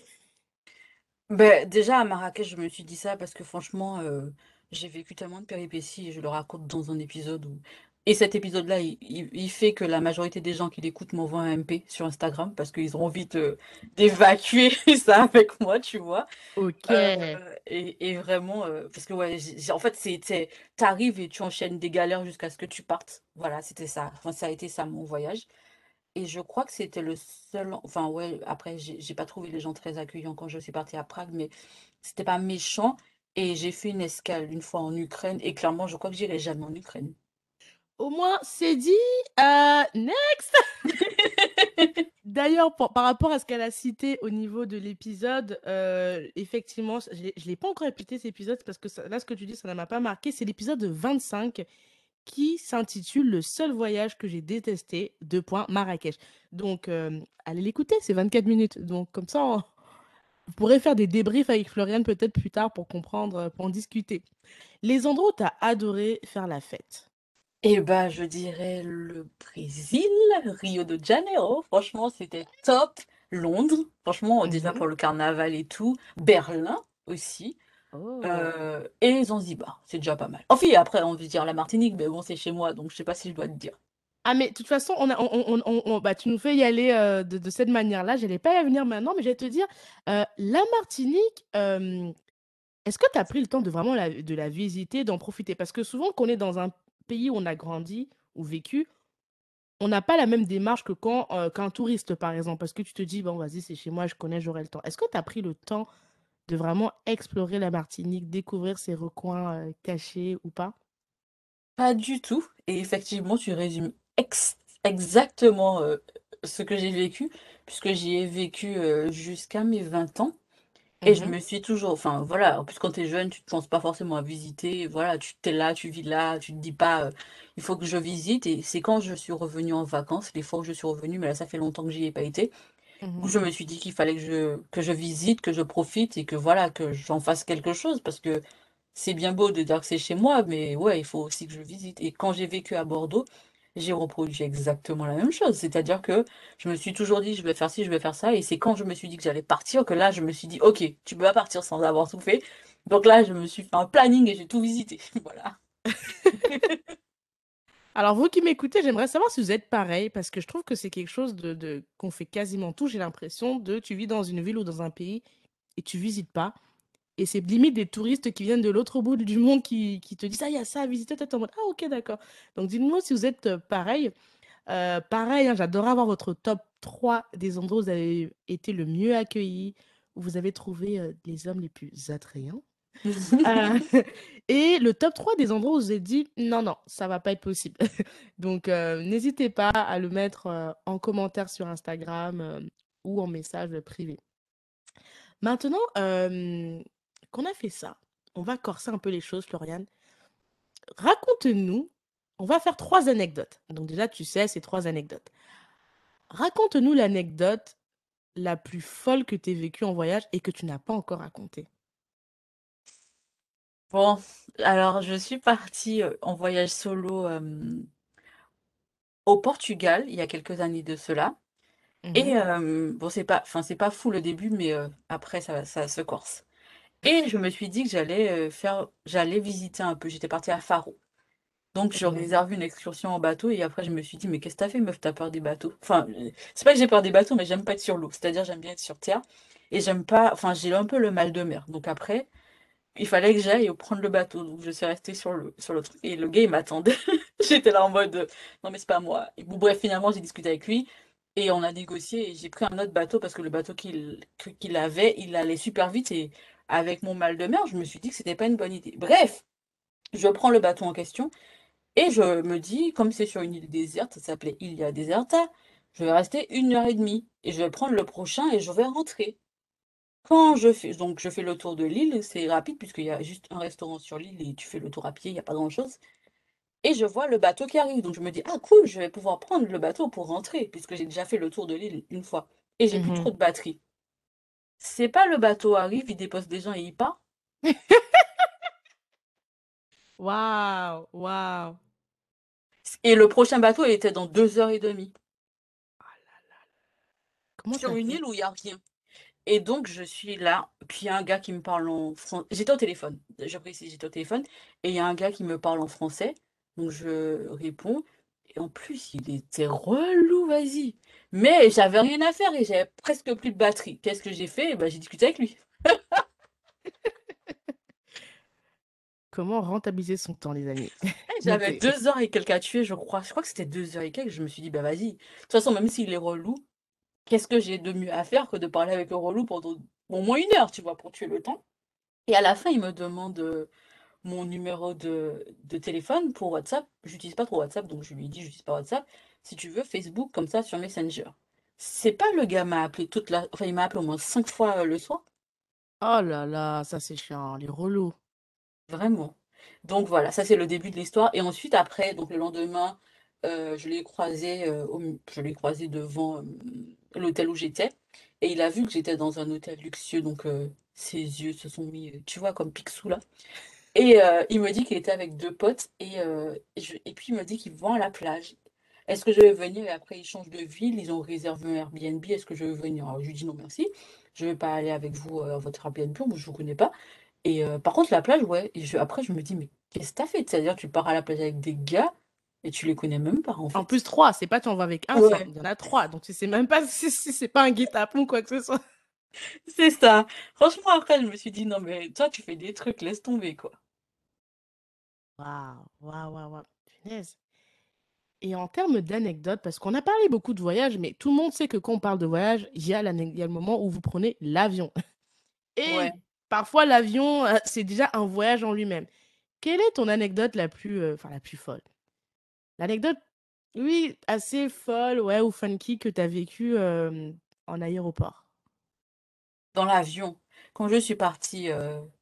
Ben, déjà à Marrakech, je me suis dit ça parce que franchement, j'ai vécu tellement de péripéties et je le raconte dans un épisode où... Et cet épisode-là, il fait que la majorité des gens qui l'écoutent m'envoient un MP sur Instagram parce qu'ils ont envie d'évacuer ça avec moi, tu vois. Ok. Euh, et vraiment, parce que ouais, en fait, t'arrives et tu enchaînes des galères jusqu'à ce que tu partes. Voilà, c'était ça. Enfin, ça a été ça mon voyage. Et je crois que c'était le seul. Enfin, ouais, après, j'ai pas trouvé les gens très accueillants quand je suis partie à Prague, mais c'était pas méchant. Et j'ai fait une escale une fois en Ukraine. Et clairement, je crois que j'irai jamais en Ukraine. Au moins, c'est dit. Next. D'ailleurs, par rapport à ce qu'elle a cité au niveau de l'épisode, effectivement, je l'ai pas encore écouté cet épisode parce que là, ce que tu dis, ça ne m'a pas marqué. C'est l'épisode 25 qui s'intitule Le seul voyage que j'ai détesté, deux points, Marrakech. Donc, allez l'écouter, c'est 24 minutes. Donc, comme ça, vous pourrez faire des débriefs avec Floriane peut-être plus tard pour comprendre, pour en discuter. Les endroits où tu as adoré faire la fête. Et bah, je dirais le Brésil, Rio de Janeiro. Franchement, c'était top. Londres, franchement, déjà Mhm. pour le carnaval et tout. Berlin aussi. Oh. Et Zanzibar, c'est déjà pas mal. Enfin, après, on veut dire la Martinique, mais bon, c'est chez moi, donc je sais pas si je dois te dire. Ah, mais de toute façon, bah, tu nous fais y aller de cette manière-là. Je n'allais pas y venir maintenant, mais je vais te dire, la Martinique, est-ce que tu as pris le temps de vraiment de la visiter, d'en profiter? Parce que souvent, quand on est dans un pays où on a grandi ou vécu, on n'a pas la même démarche que qu'un touriste, par exemple. Parce que tu te dis, bon, vas-y, c'est chez moi, je connais, j'aurai le temps. Est-ce que tu as pris le temps de vraiment explorer la Martinique, découvrir ses recoins cachés ou pas? Pas du tout. Et effectivement, tu résumes exactement ce que j'ai vécu, puisque j'y ai vécu jusqu'à mes 20 ans. Et je Mhm, me suis toujours, enfin voilà, en plus quand tu es jeune, tu ne penses pas forcément à visiter, voilà, tu t'es là, tu vis là, tu te dis pas, il faut que je visite. Et c'est quand je suis revenue en vacances, les fois où je suis revenue, mais là ça fait longtemps que j'y ai pas été, où mhm. je me suis dit qu'il fallait que je visite, que je profite et que voilà, que j'en fasse quelque chose, parce que c'est bien beau de dire que c'est chez moi, mais ouais, il faut aussi que je visite. Et quand j'ai vécu à Bordeaux, j'ai reproduit exactement la même chose. C'est-à-dire que je me suis toujours dit, je vais faire ci, je vais faire ça. Et c'est quand je me suis dit que j'allais partir que là, je me suis dit, ok, tu peux pas partir sans avoir tout fait. Donc là, je me suis fait un planning et j'ai tout visité. Voilà. Alors, vous qui m'écoutez, j'aimerais savoir si vous êtes pareil, parce que je trouve que c'est quelque chose qu'on fait quasiment tout. J'ai l'impression de, tu vis dans une ville ou dans un pays et tu visites pas. Et c'est limite des touristes qui viennent de l'autre bout du monde qui te disent, ah, il y a ça à visiter, toi, t'es en mode, ah, ok, d'accord. Donc, dites-moi si vous êtes pareil. Pareil, hein, j'adorerais avoir votre top 3 des endroits où vous avez été le mieux accueillis, où vous avez trouvé les hommes les plus attrayants. Euh, et le top 3 des endroits où vous avez dit non, non, ça va pas être possible. Donc, n'hésitez pas à le mettre en commentaire sur Instagram ou en message privé. Maintenant qu'on a fait ça, on va corser un peu les choses, Floriane. Raconte-nous, on va faire 3 anecdotes. Donc, déjà, tu sais, c'est 3 anecdotes. Raconte-nous l'anecdote la plus folle que tu aies vécue en voyage et que tu n'as pas encore racontée. Bon, alors je suis partie en voyage solo au Portugal il y a quelques années de cela. Mhm, Et bon, c'est pas fou le début, mais après ça se corse. Et je me suis dit que j'allais visiter un peu. J'étais partie à Faro. Donc je mhm, réserve une excursion en bateau et après je me suis dit mais qu'est-ce que t'as fait meuf, t'as peur des bateaux? Enfin, c'est pas que j'ai peur des bateaux, mais j'aime pas être sur l'eau. C'est-à-dire j'aime bien être sur terre et j'aime pas, enfin j'ai un peu le mal de mer. Donc après il fallait que j'aille prendre le bateau. Donc je suis restée sur le truc et le gars il m'attendait. J'étais là en mode non mais c'est pas moi. Et bon, bref, finalement j'ai discuté avec lui et on a négocié et j'ai pris un autre bateau parce que le bateau qu'il avait, il allait super vite et avec mon mal de mer, je me suis dit que c'était pas une bonne idée. Bref, je prends le bateau en question et je me dis, comme c'est sur une île déserte, ça s'appelait Ilia Deserta, je vais rester 1 heure et demie et je vais prendre le prochain et je vais rentrer. Donc je fais le tour de l'île, c'est rapide puisqu'il y a juste un restaurant sur l'île et tu fais le tour à pied, il n'y a pas grand-chose. Et je vois le bateau qui arrive, donc je me dis, ah cool, je vais pouvoir prendre le bateau pour rentrer puisque j'ai déjà fait le tour de l'île une fois. Et j'ai plus trop mhm. de batterie. C'est pas le bateau arrive, il dépose des gens et il part. Waouh, waouh. Et le prochain bateau, il était dans 2 heures et demie. Comment Sur t'as une fait? île où il n'y a rien. Et donc, je suis là, puis il y a un gars qui me parle en français. J'étais au téléphone, je précise, j'étais au téléphone, et il y a un gars qui me parle en français, donc je réponds, et en plus, il était relou, vas-y. Mais j'avais rien à faire et j'avais presque plus de batterie. Qu'est-ce que j'ai fait? Ben, j'ai discuté avec lui. Comment rentabiliser son temps, les amis? J'avais Notez. 2 heures et quelques à tuer, je crois. Je crois que c'était 2 heures et quelques. Je me suis dit, bah vas-y. De toute façon, même s'il est relou, qu'est-ce que j'ai de mieux à faire que de parler avec le relou pendant au moins 1 heure, tu vois, pour tuer le temps. Et à la fin, il me demande mon numéro de téléphone pour WhatsApp. J'utilise pas trop WhatsApp, donc je lui ai dit, j'utilise pas WhatsApp. Si tu veux, Facebook, comme ça, sur Messenger. C'est pas le gars m'a appelé toute la... Enfin, il m'a appelé au moins 5 fois le soir. Oh là là, ça c'est chiant, les relous. Vraiment. Donc voilà, ça c'est le début de l'histoire. Et ensuite, après, donc le lendemain, je l'ai croisé devant l'hôtel où j'étais. Et il a vu que j'étais dans un hôtel luxueux, donc ses yeux se sont mis, tu vois, comme Picsou là. Et il me dit qu'il était avec 2 potes et puis il me dit qu'ils vont à la plage. Est-ce que je vais venir? Et après, ils changent de ville, ils ont réservé un Airbnb. Est-ce que je vais venir? Alors, je lui dis non, merci. Je ne vais pas aller avec vous à votre Airbnb, moi, je ne vous connais pas. Et par contre, la plage, ouais. Après, je me dis, mais qu'est-ce que t'as fait? C'est-à-dire, tu pars à la plage avec des gars et tu les connais même pas, en En fait. plus, trois, c'est pas tu en vas avec un, Ouais, il y en a trois. Donc tu sais même pas si c'est pas un guet-apens ou quoi que ce soit. c'est ça. Franchement, après, je me suis dit, non, mais toi, tu fais des trucs, laisse tomber, quoi. Waouh, waouh, waouh, waouh. Punaise. Et en termes d'anecdotes, parce qu'on a parlé beaucoup de voyage, mais tout le monde sait que quand on parle de voyage, il y a le moment où vous prenez l'avion. Ouais. Et parfois, l'avion, c'est déjà un voyage en lui-même. Quelle est ton anecdote la plus, enfin, la plus folle? L'anecdote, oui, assez folle, ouais, ou funky que tu as vécue en aéroport. Dans l'avion, quand je suis partie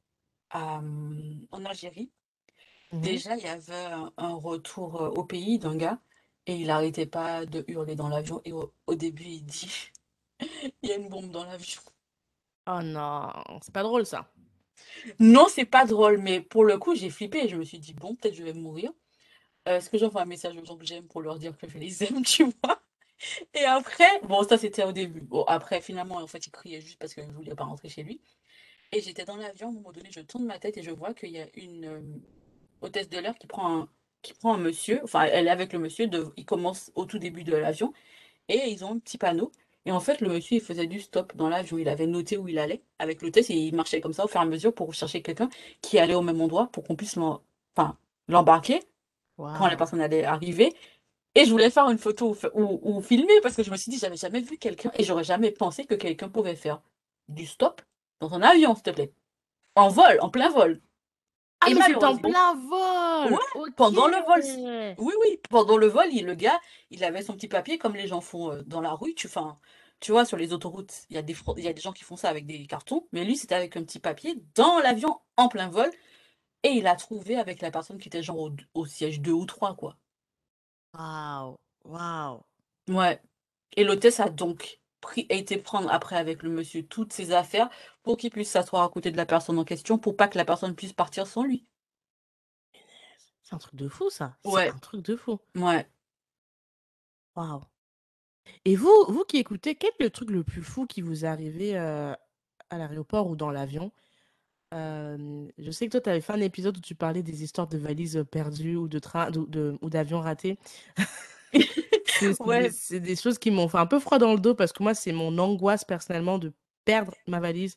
en Algérie, Mhm. déjà, il y avait un retour au pays d'un gars et il arrêtait pas de hurler dans l'avion. Et au début, il dit, il y a une bombe dans l'avion. Oh non, c'est pas drôle ça. Non, c'est pas drôle, mais pour le coup, j'ai flippé et je me suis dit, bon, peut-être je vais mourir. Est-ce que j'envoie un message aux gens que j'aime pour leur dire que je les aime, tu vois? Et après, bon, ça c'était au début. Bon, après, finalement, en fait, il criait juste parce qu'il ne voulait pas rentrer chez lui. Et j'étais dans l'avion, à un moment donné, je tourne ma tête et je vois qu'il y a une hôtesse de l'air qui prend un monsieur, enfin, elle est avec le monsieur, il commence au tout début de l'avion, et ils ont un petit panneau. Et en fait, le monsieur, il faisait du stop dans l'avion. Il avait noté où il allait avec l'hôtesse et il marchait comme ça au fur et à mesure pour chercher quelqu'un qui allait au même endroit pour qu'on puisse enfin, l'embarquer quand la Waouh. personne allait arriver. Et je voulais faire une photo ou filmer parce que je me suis dit, j'avais jamais vu quelqu'un et j'aurais jamais pensé que quelqu'un pouvait faire du stop dans un avion, s'il te plaît. En vol, en plein vol. Ah, Et mais c'était en malheureusement, plein ouais, vol! Ok! pendant le vol. Oui, oui, pendant le vol, le gars, il avait son petit papier comme les gens font dans la rue. Enfin, tu vois, sur les autoroutes, il y a des gens qui font ça avec des cartons. Mais lui, c'était avec un petit papier dans l'avion, en plein vol. Et il a trouvé avec la personne qui était genre au siège 2 ou 3 quoi. Waouh! Waouh! Ouais. Et l'hôtesse a donc a été prendre après avec le monsieur toutes ses affaires pour qu'il puisse s'asseoir à côté de la personne en question pour pas que la personne puisse partir sans lui. C'est un truc de fou, ça. C'est Ouais, un truc de fou. ouais. Waouh! Et vous qui écoutez, quel est le truc le plus fou qui vous est arrivé à l'aéroport ou dans l'avion? Je sais que toi, tu avais fait un épisode où tu parlais des histoires de valises perdues ou de train ou d'avions ratés. Ouais, C'est des choses qui m'ont fait un peu froid dans le dos parce que moi, c'est mon angoisse personnellement de perdre ma valise.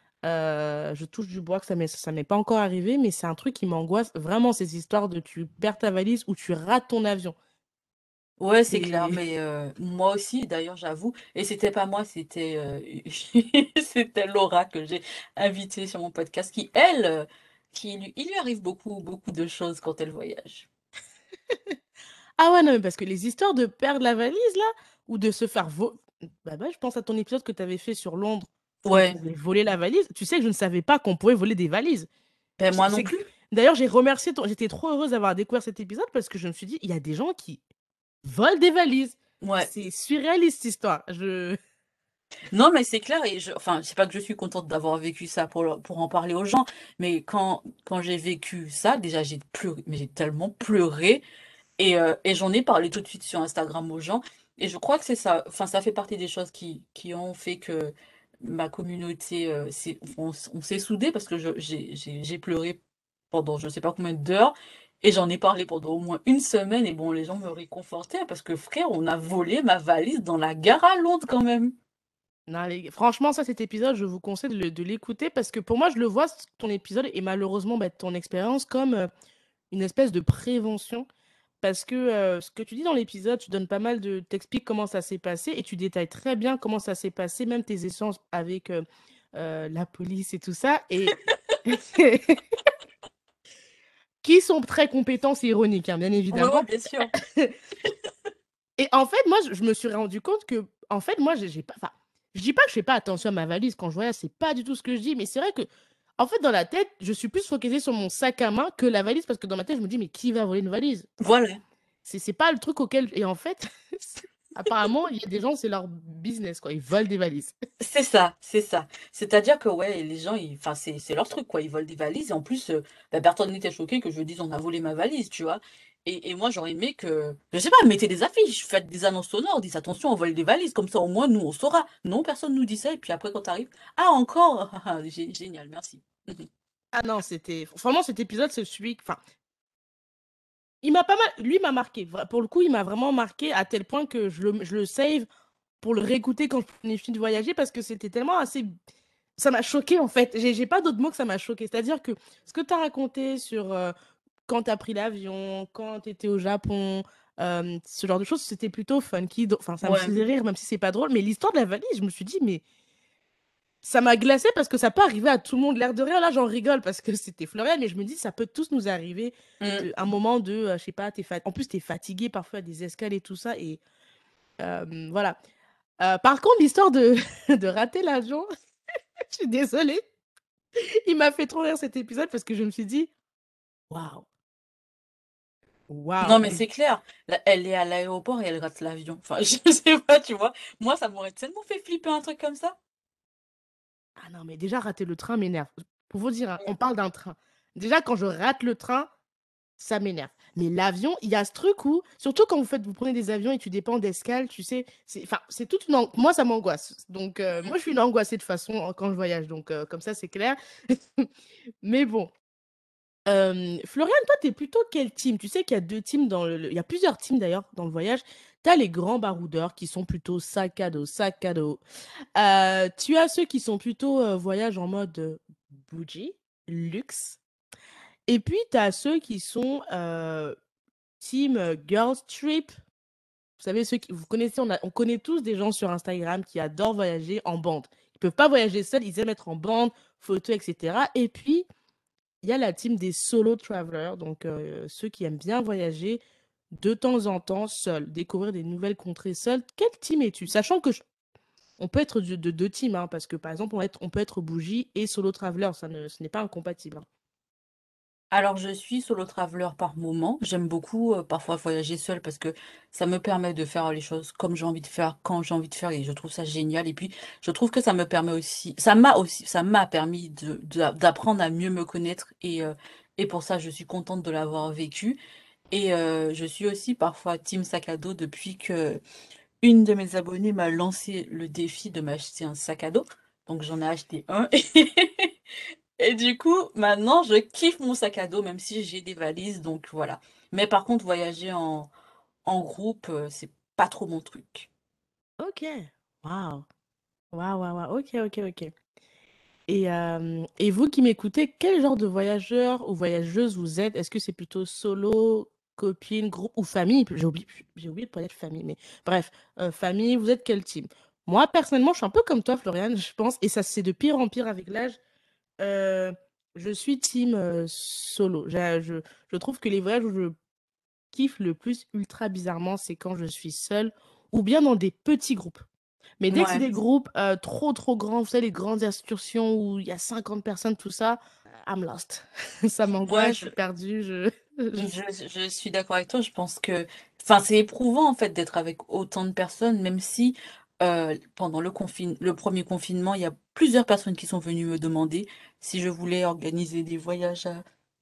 Je touche du bois que ça m'est pas encore arrivé, mais c'est un truc qui m'angoisse vraiment, ces histoires de tu perds ta valise ou tu rates ton avion. ouais, c'est clair, C'est... mais moi aussi, d'ailleurs, j'avoue, et c'était pas moi, c'était c'était Laura que j'ai invitée sur mon podcast, qui, elle, il lui arrive beaucoup, beaucoup de choses quand elle voyage. Ah ouais, non, mais parce que les histoires de perdre la valise, là, ou de se faire voler... Bah, je pense à ton épisode que tu avais fait sur Londres, où on Ouais, pouvait voler la valise. Tu sais que je ne savais pas qu'on pouvait voler des valises. ben moi non C'est... plus. D'ailleurs, j'ai remercié ton... J'étais trop heureuse d'avoir découvert cet épisode parce que je me suis dit, il y a des gens qui volent des valises. Ouais. C'est surréaliste, cette histoire. Je... Non, mais c'est clair, et enfin, c'est pas que je suis contente d'avoir vécu ça pour en parler aux gens, mais quand j'ai vécu ça, déjà j'ai pleuré, mais j'ai tellement pleuré. Et j'en ai parlé tout de suite sur Instagram aux gens. Et je crois que c'est ça. Enfin, ça fait partie des choses qui ont fait que ma communauté, on s'est soudés parce que j'ai pleuré pendant je ne sais pas combien d'heures. Et j'en ai parlé pendant au moins une semaine. Et bon, les gens me réconfortaient parce que frère, on a volé ma valise dans la gare à Londres quand même. Non, franchement, ça, cet épisode, je vous conseille de l'écouter parce que pour moi, je le vois, ton épisode, et malheureusement, bah, ton expérience, comme une espèce de prévention. Parce que ce que tu dis dans l'épisode, tu donnes pas mal de... T'expliques comment ça s'est passé et tu détailles très bien comment ça s'est passé, même tes échanges avec la police et tout ça. Et qui sont très compétents, c'est ironique, hein, bien Ouais, ouais, évidemment. bien sûr. Et en fait, moi, je me suis rendu compte que, en fait, moi, j'ai pas... Enfin, je dis pas que je fais pas attention à ma valise quand je voyage, c'est pas du tout ce que je dis, mais c'est vrai que, en fait, dans la tête, je suis plus focalisée sur mon sac à main que la valise, parce que dans ma tête, je me dis, mais qui va voler une valise? Enfin, Voilà. c'est pas le truc auquel... Et en fait, apparemment, il y a des gens, c'est leur business, quoi. Ils volent des valises. C'est ça, c'est ça. C'est-à-dire que ouais, les gens, enfin, c'est leur truc, quoi. Ils volent des valises et en plus, bah, personne n'était choqué que je dise on a volé ma valise, tu vois. Et moi, j'aurais aimé que, je sais pas, mettez des affiches, faites des annonces sonores, dites attention, on vole des valises, comme ça au moins nous on saura. Non, personne nous dit ça et puis après quand t'arrives, ah encore, génial, merci. Ah non, c'était... Vraiment, cet épisode, c'est celui... Enfin, il m'a pas mal... Lui m'a marqué. Pour le coup, il m'a vraiment marqué à tel point que je le save pour le réécouter quand je prenais fini de voyager parce que c'était tellement assez... Ça m'a choqué en fait. J'ai pas d'autre mot que ça m'a choqué. C'est-à-dire que ce que tu as raconté sur quand tu as pris l'avion, quand tu étais au Japon, ce genre de choses, c'était plutôt funky. Enfin, ça me Ouais. faisait rire, même si c'est pas drôle. Mais l'histoire de la valise, je me suis dit, mais ça m'a glacé parce que ça peut arriver à tout le monde. L'air de rien, là, j'en rigole parce que c'était Florian, mais je me dis, ça peut tous nous arriver Mm. un moment de, je sais pas, en plus, tu es fatigué parfois à des escales et tout ça. Et voilà. Par contre, l'histoire de, de rater l'avion, je suis désolée. Il m'a fait trop rire cet épisode parce que je me suis dit, waouh, waouh. Non, mais c'est clair. Elle est à l'aéroport et elle rate l'avion. Enfin, je sais pas, tu vois. Moi, ça m'aurait tellement fait flipper un truc comme ça. Ah non, mais déjà, rater le train m'énerve. Pour vous dire, hein, on parle d'un train. Déjà, quand je rate le train, ça m'énerve. Mais l'avion, il y a ce truc où, surtout quand vous prenez des avions et tu dépends d'escale, tu sais, enfin, c'est toute une, moi, ça m'angoisse. Donc, moi, je suis une angoissée de façon quand je voyage. Donc, comme ça, c'est clair. Mais bon. Florian, toi, t'es plutôt quel team? Tu sais qu'il y a deux teams il y a plusieurs teams d'ailleurs dans le voyage. T'as les grands baroudeurs qui sont plutôt sac à dos, sac à dos. Tu as ceux qui sont plutôt voyage en mode bougie, luxe. Et puis, t'as ceux qui sont team girls trip. Vous savez, vous connaissez, on connaît tous des gens sur Instagram qui adorent voyager en bande. Ils peuvent pas voyager seuls, ils aiment être en bande, photos, etc. Et puis, il y a la team des solo travelers, donc ceux qui aiment bien voyager de temps en temps seuls, découvrir des nouvelles contrées seuls. Quelle team es-tu? Sachant que on peut être de deux teams, hein, parce que par exemple, on peut être bougie et solo traveler, ce n'est pas incompatible, hein. Alors, je suis solo traveler par moment. J'aime beaucoup parfois voyager seule parce que ça me permet de faire les choses comme j'ai envie de faire, quand j'ai envie de faire et je trouve ça génial. Et puis, je trouve que ça me permet aussi, ça m'a permis d'apprendre à mieux me connaître et pour ça, je suis contente de l'avoir vécu. Et je suis aussi parfois team sac à dos depuis que une de mes abonnées m'a lancé le défi de m'acheter un sac à dos. Donc, j'en ai acheté un. Et du coup, maintenant, je kiffe mon sac à dos, même si j'ai des valises, donc voilà. Mais par contre, voyager en groupe, c'est pas trop mon truc. Ok. Waouh. Waouh, waouh, waouh. Ok, ok, ok. Et vous qui m'écoutez, quel genre de voyageur ou voyageuse vous êtes? Est-ce que c'est plutôt solo, copine, groupe ou famille? J'ai oublié de parler de famille, mais bref, famille, vous êtes quel team? Moi, personnellement, je suis un peu comme toi, Floriane, je pense, et ça, c'est de pire en pire avec l'âge. Euh, je suis team solo. Je trouve que les voyages où je kiffe le plus, ultra bizarrement, c'est quand je suis seule ou bien dans des petits groupes. Mais dès que c'est Ouais. des groupes trop, trop grands, vous savez, les grandes excursions où il y a 50 personnes, tout ça, I'm lost. Ça Ouais, m'angoisse, je suis perdue. je suis d'accord avec toi. Je pense que, enfin, c'est éprouvant en fait d'être avec autant de personnes, même si pendant le premier confinement, il y a plusieurs personnes qui sont venues me demander si je voulais organiser des voyages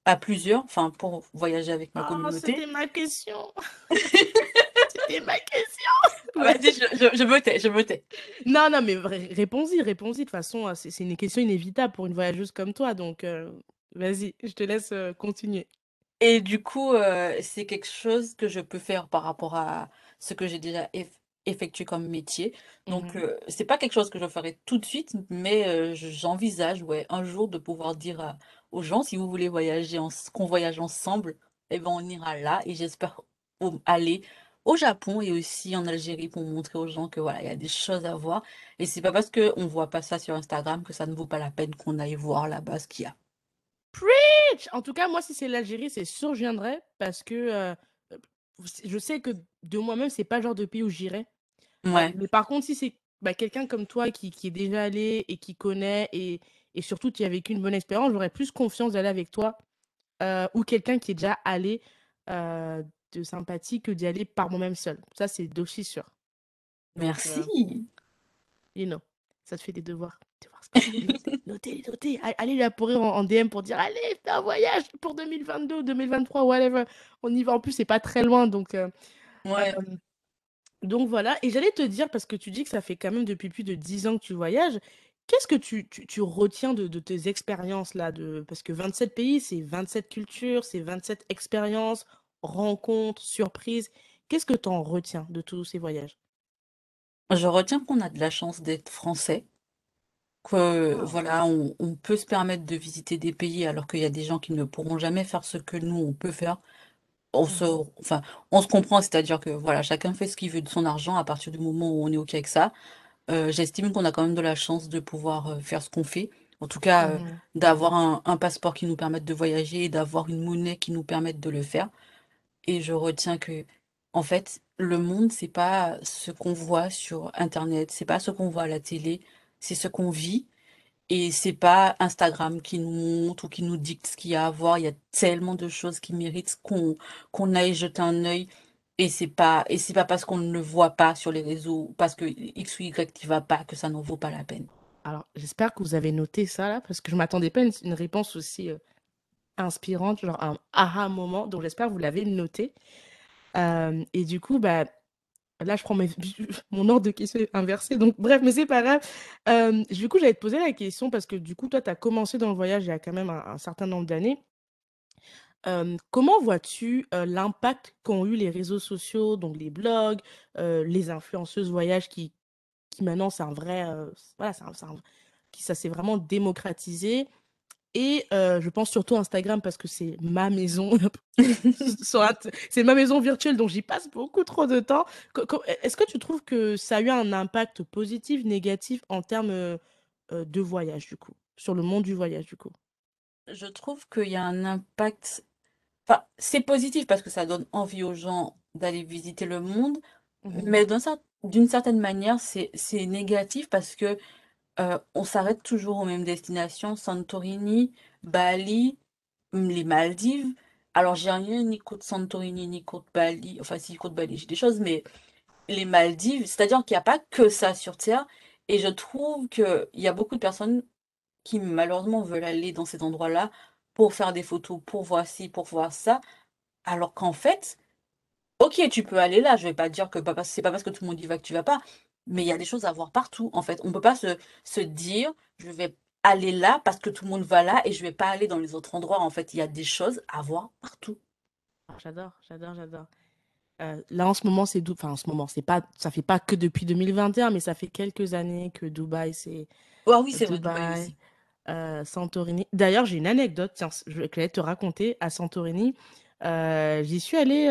à plusieurs, enfin pour voyager avec ma Oh, c'était communauté. ma question. C'était ma question. Ouais. Vas-y, je me tais, je me tais. Non, non, mais réponds-y, réponds-y. De toute façon, c'est une question inévitable pour une voyageuse comme toi. Donc, vas-y, je te laisse continuer. Et du coup, c'est quelque chose que je peux faire par rapport à ce que j'ai déjà effectué comme métier. Donc, Mhm, c'est pas quelque chose que je ferai tout de suite, mais j'envisage, ouais, un jour de pouvoir dire aux gens, si vous voulez voyager, qu'on voyage ensemble, eh ben, on ira là. Et j'espère aller au Japon et aussi en Algérie pour montrer aux gens que voilà, il y a des choses à voir. Et c'est pas parce qu'on voit pas ça sur Instagram que ça ne vaut pas la peine qu'on aille voir là-bas ce qu'il y a. Preach! En tout cas, moi, si c'est l'Algérie, c'est sûr, je viendrai parce que euh, je sais que de moi-même, c'est pas le genre de pays où j'irais. Ouais. Mais par contre, si c'est bah, quelqu'un comme toi qui est déjà allé et qui connaît et surtout qui a vécu une bonne expérience, j'aurais plus confiance d'aller avec toi ou quelqu'un qui est déjà allé euh, de sympathie que d'y aller par moi-même seul. Ça, c'est d'office sûr. Donc, Merci. you know, ça te fait des devoirs. Devoirs scolaires. Notez, notez, notez. Allez lui appuyer en DM pour dire, allez, fais un voyage pour 2022, 2023, whatever. On y va. En plus, c'est pas très loin. Ouais. Donc voilà. Et j'allais te dire, parce que tu dis que ça fait quand même depuis plus de 10 ans que tu voyages, qu'est-ce que tu retiens de tes expériences là Parce que 27 pays, c'est 27 cultures, c'est 27 expériences, rencontres, surprises. Qu'est-ce que tu en retiens de tous ces voyages? Je retiens qu'on a de la chance d'être français, que Ah. voilà, on peut se permettre de visiter des pays alors qu'il y a des gens qui ne pourront jamais faire ce que nous on peut faire. Mhm, Enfin, on se comprend, c'est-à-dire que voilà, chacun fait ce qu'il veut de son argent à partir du moment où on est OK avec ça. J'estime qu'on a quand même de la chance de pouvoir faire ce qu'on fait. En tout cas, mhm. d'avoir un passeport qui nous permette de voyager et d'avoir une monnaie qui nous permette de le faire. Et je retiens que, en fait, le monde, c'est pas ce qu'on voit sur Internet, c'est pas ce qu'on voit à la télé, c'est ce qu'on vit. Et c'est pas Instagram qui nous montre ou qui nous dicte ce qu'il y a à voir. Il y a tellement de choses qui méritent qu'on aille jeter un œil. Et c'est pas parce qu'on ne le voit pas sur les réseaux, parce que X ou Y qui va pas, que ça n'en vaut pas la peine. Alors, j'espère que vous avez noté ça là, parce que je m'attendais pas à une réponse aussi inspirante, genre un aha moment. Donc, j'espère que vous l'avez noté. Et du coup, bah, là, je prends mon ordre de questions est inversé. Donc, bref, mais c'est pas grave. Du coup, j'allais te poser la question parce que du coup, toi, tu as commencé dans le voyage il y a quand même un certain nombre d'années. Comment vois-tu l'impact qu'ont eu les réseaux sociaux, donc les blogs, les influenceuses voyage qui maintenant, c'est un vrai. Voilà, ça s'est vraiment démocratisé. Et je pense surtout Instagram parce que c'est ma maison. C'est ma maison virtuelle, donc j'y passe beaucoup trop de temps. Est-ce que tu trouves que ça a eu un impact positif, négatif en termes de voyage, du coup, sur le monde du voyage, du coup? Je trouve qu'il y a un impact. Enfin, c'est positif parce que ça donne envie aux gens d'aller visiter le monde, Mhm, mais d'une certaine manière, c'est négatif parce que on s'arrête toujours aux mêmes destinations, Santorini, Bali, les Maldives. Alors, j'ai rien ni contre Santorini, ni contre Bali. Enfin, si, contre Bali, j'ai des choses, mais les Maldives, c'est-à-dire qu'il n'y a pas que ça sur Terre. Et je trouve qu'il y a beaucoup de personnes qui, malheureusement, veulent aller dans ces endroits-là pour faire des photos, pour voir ci, pour voir ça. Alors qu'en fait, ok, tu peux aller là. Je vais pas dire que c'est pas parce que tout le monde y va que tu vas pas. Mais il y a des choses à voir partout, en fait. On peut pas se dire, je vais aller là parce que tout le monde va là et je vais pas aller dans les autres endroits. En fait, il y a des choses à voir partout. J'adore, j'adore, j'adore. Là, en ce moment, enfin, en ce moment, c'est pas, ça fait pas que depuis 2021, mais ça fait quelques années que Dubaï, c'est Ah oui, c'est vrai, Dubaï Dubaï, aussi. Santorini. D'ailleurs, j'ai une anecdote, tiens, je vais te raconter à Santorini. J'y suis allée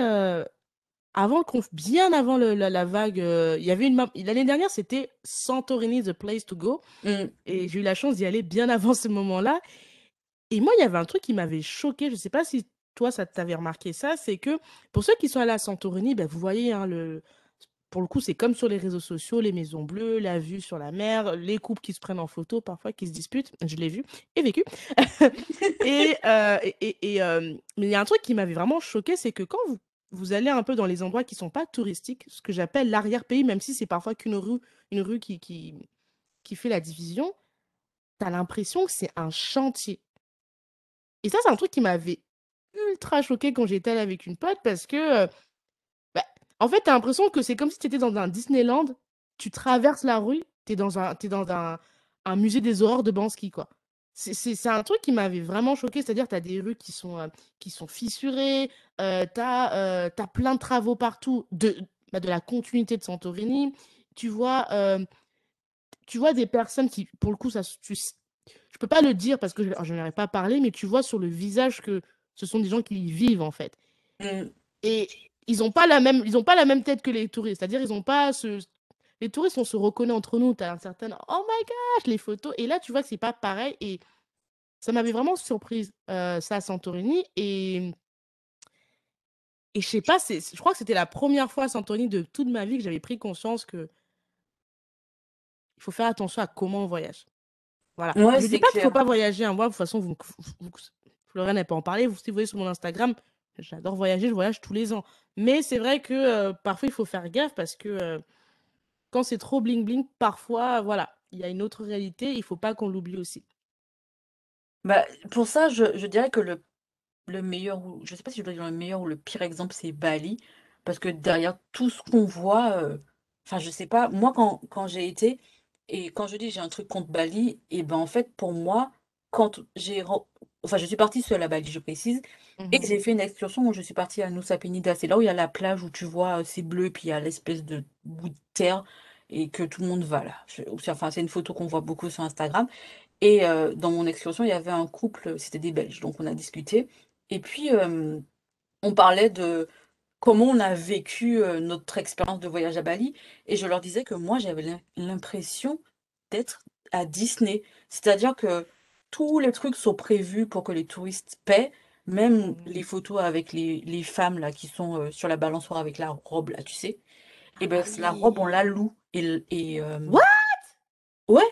bien avant la vague. Il y avait l'année dernière, c'était Santorini, the place to go. Mm. Et j'ai eu la chance d'y aller bien avant ce moment-là. Et moi, il y avait un truc qui m'avait choqué. Je ne sais pas si toi, ça t'avait remarqué ça. C'est que pour ceux qui sont allés à Santorini, ben, vous voyez, hein, pour le coup, c'est comme sur les réseaux sociaux, les maisons bleues, la vue sur la mer, les couples qui se prennent en photo parfois, qui se disputent. Je l'ai vu et vécu. Mais il y a un truc qui m'avait vraiment choqué, c'est que quand vous allez un peu dans les endroits qui sont pas touristiques, ce que j'appelle l'arrière-pays, même si c'est parfois une rue qui fait la division, tu as l'impression que c'est un chantier. Et ça, c'est un truc qui m'avait ultra choquée quand j'étais allée avec une pote parce que, bah, en fait, t'as l'impression que c'est comme si t'étais dans un Disneyland, tu traverses la rue, t'es dans un musée des horreurs de Banksy, quoi. C'est un truc qui m'avait vraiment choqué, c'est-à-dire t'as des rues qui sont fissurées, t'as plein de travaux partout, de la continuité de Santorini. Tu vois, euh, tu vois des personnes qui, pour le coup, je peux pas le dire parce que je n'en ai pas parlé, mais tu vois sur le visage que ce sont des gens qui y vivent, en fait. Mm. Et ils ont pas la même tête que les touristes. C'est-à-dire, ils ont pas ce. Les touristes, on se reconnaît entre nous. T'as un certain oh my gosh, les photos. Et là, tu vois que c'est pas pareil. Et ça m'avait vraiment surprise, ça à Santorini. Et je sais pas, je crois que c'était la première fois à Santorini de toute ma vie que j'avais pris conscience que il faut faire attention à comment on voyage. Voilà. Ouais, Je dis c'est pas qu'il faut clair. pas voyager, hein. Moi, de toute façon, Florian n'a pas en parler. Si vous voyez sur mon Instagram, j'adore voyager, je voyage tous les ans. Mais c'est vrai que parfois, il faut faire gaffe parce que quand c'est trop bling-bling, parfois, voilà, il y a une autre réalité. Il faut pas qu'on l'oublie aussi. Bah, pour ça, je dirais que le meilleur, ou je sais pas si je dois dire le meilleur ou le pire exemple, c'est Bali. Parce que derrière tout ce qu'on voit, enfin, je sais pas, moi, quand j'ai été, et quand je dis j'ai un truc contre Bali, et ben en fait, pour moi, quand enfin, je suis partie seule à Bali, je précise, et Mhm, j'ai fait une excursion où je suis partie à Nusa Penida. C'est là où il y a la plage où tu vois, c'est bleu, puis il y a l'espèce de bout de terre, et que tout le monde va là. Enfin, c'est une photo qu'on voit beaucoup sur Instagram. Et dans mon excursion, il y avait un couple, c'était des Belges, donc on a discuté. Et puis, on parlait de comment on a vécu notre expérience de voyage à Bali. Et je leur disais que moi, j'avais l'impression d'être à Disney. C'est-à-dire que tous les trucs sont prévus pour que les touristes paient, même mhm. les photos avec les femmes là qui sont sur la balançoire avec la robe là, tu sais. Et ben Ah la robe, on oui. la loue. What? Ouais,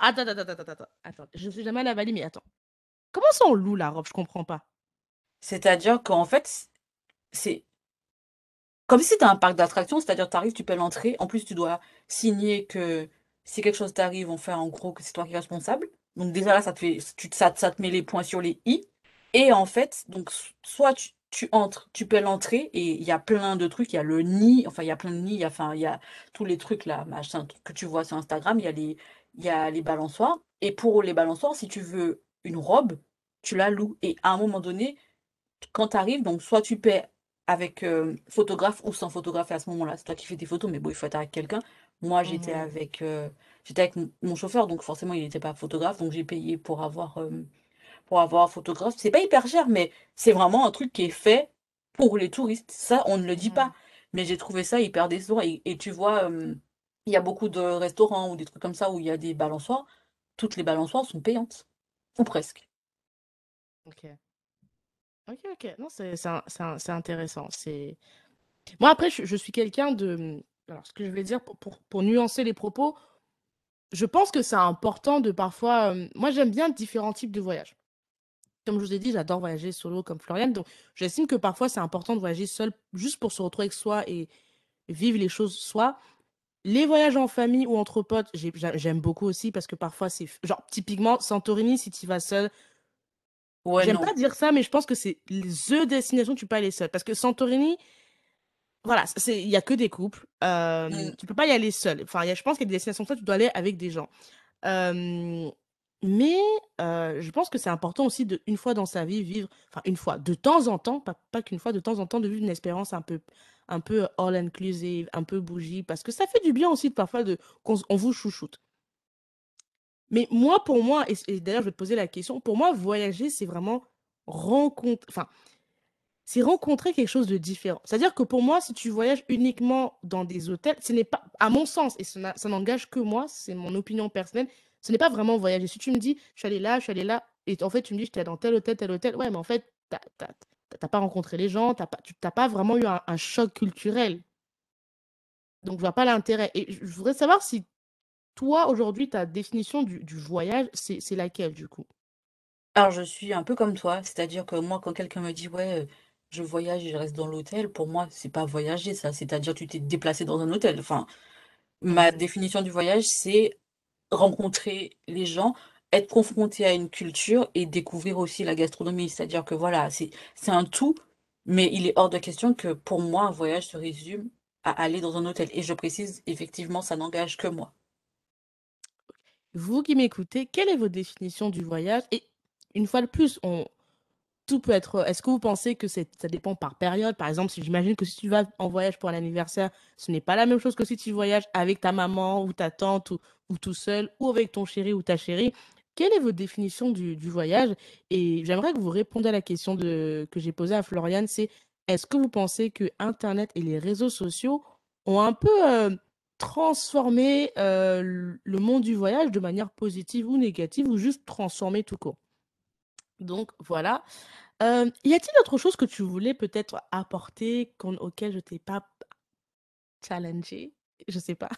Attends. Je suis jamais allée à Bali, mais attends. Comment ça on loue la robe? Je comprends pas. c'est-à-dire qu'en fait, c'est comme si c'était un parc d'attractions, c'est-à-dire tu arrives, tu paies l'entrée. En plus, tu dois signer que si quelque chose t'arrive, on fait en gros que c'est toi qui es responsable. Donc déjà là, ça te fait, ça te met les points sur les i. Et en fait, donc soit tu entres, tu paies l'entrée et il y a plein de trucs. Il y a le nid, enfin il y a plein de nids, enfin il y a tous les trucs là, machin, que tu vois sur Instagram. Il y a les balançoires. Et pour les balançoires, si tu veux une robe, tu la loues. Et à un moment donné, quand tu arrives, donc soit tu paies avec photographe ou sans photographe et à ce moment-là. C'est toi qui fais tes photos, mais bon, il faut être avec quelqu'un. Moi, Mhm, j'étais avec mon chauffeur, donc forcément, il n'était pas photographe, donc j'ai payé pour avoir un photographe. C'est pas hyper cher, mais c'est vraiment un truc qui est fait pour les touristes. Ça, on ne le dit pas. mhm. Mais j'ai trouvé ça hyper décevant. Et tu vois, il y a beaucoup de restaurants ou des trucs comme ça où il y a des balançoires. Toutes les balançoires sont payantes. Ou presque. Ok. Ok. Non, c'est intéressant. Moi, après, je suis quelqu'un de. Alors, ce que je vais dire pour nuancer les propos, je pense que c'est important de parfois. Moi, j'aime bien différents types de voyages. Comme je vous ai dit, j'adore voyager solo comme Floriane. Donc, j'estime que parfois, c'est important de voyager seul juste pour se retrouver avec soi et vivre les choses soi. Les voyages en famille ou entre potes, j'aime beaucoup aussi parce que parfois, c'est. Genre, typiquement, Santorini, si tu vas seul. Ouais, J'aime non. pas dire ça, mais je pense que c'est the destination, tu peux aller seul. Parce que Santorini, voilà, il y a que des couples. Mm. Tu peux pas y aller seul. Enfin, je pense qu'il y a des destinations ça, tu dois aller avec des gens. Euh, mais je pense que c'est important aussi de, une fois dans sa vie, vivre, enfin une fois, de temps en temps, pas qu'une fois, de temps en temps, de vivre une expérience un peu all inclusive, un peu bougie, parce que ça fait du bien aussi de parfois on vous chouchoute. Mais moi, pour moi, et d'ailleurs je vais te poser la question, pour moi, voyager, c'est vraiment enfin, c'est rencontrer quelque chose de différent. C'est-à-dire que pour moi, si tu voyages uniquement dans des hôtels, ce n'est pas, à mon sens, et ça n'engage que moi, c'est mon opinion personnelle, ce n'est pas vraiment voyager. Si tu me dis, je suis allé là, et en fait, tu me dis, j'étais dans tel hôtel, ouais, mais en fait, t'as pas rencontré les gens, tu t'as pas vraiment eu un choc culturel. Donc, je vois pas l'intérêt. Et je voudrais savoir si toi, aujourd'hui, ta définition du voyage, c'est laquelle, du coup? Alors, je suis un peu comme toi, c'est-à-dire que moi, quand quelqu'un me dit, ouais, je voyage et je reste dans l'hôtel, pour moi, c'est pas voyager, ça, c'est-à-dire tu t'es déplacé dans un hôtel. Enfin, ma Mhm, définition du voyage, c'est rencontrer les gens, être confronté à une culture et découvrir aussi la gastronomie. C'est-à-dire que voilà, c'est un tout, mais il est hors de question que pour moi, un voyage se résume à aller dans un hôtel. Et je précise, effectivement, ça n'engage que moi. Vous qui m'écoutez, quelle est votre définition du voyage? Et une fois de plus, tout peut être. Est-ce que vous pensez que ça dépend par période? Par exemple, si j'imagine que si tu vas en voyage pour un anniversaire, ce n'est pas la même chose que si tu voyages avec ta maman ou ta tante ou tout seul ou avec ton chéri ou ta chérie. Quelle est votre définition du voyage? Et j'aimerais que vous répondiez à la question que j'ai posée à Floriane, c'est est-ce que vous pensez que Internet et les réseaux sociaux ont un peu transformé le monde du voyage de manière positive ou négative ou juste transformé tout court? Donc voilà. Y a-t-il autre chose que tu voulais peut-être apporter auquel je t'ai pas challengé? Je sais pas.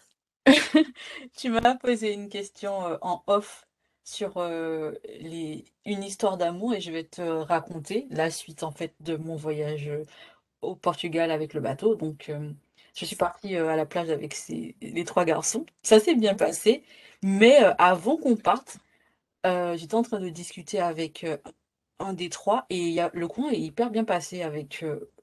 Tu m'as posé une question en off sur une histoire d'amour et je vais te raconter la suite en fait de mon voyage au Portugal avec le bateau. Donc, je suis partie à la plage avec les trois garçons. Ça s'est bien Mhm. passé, mais avant qu'on parte, j'étais en train de discuter avec un des trois et le coin est hyper bien passé avec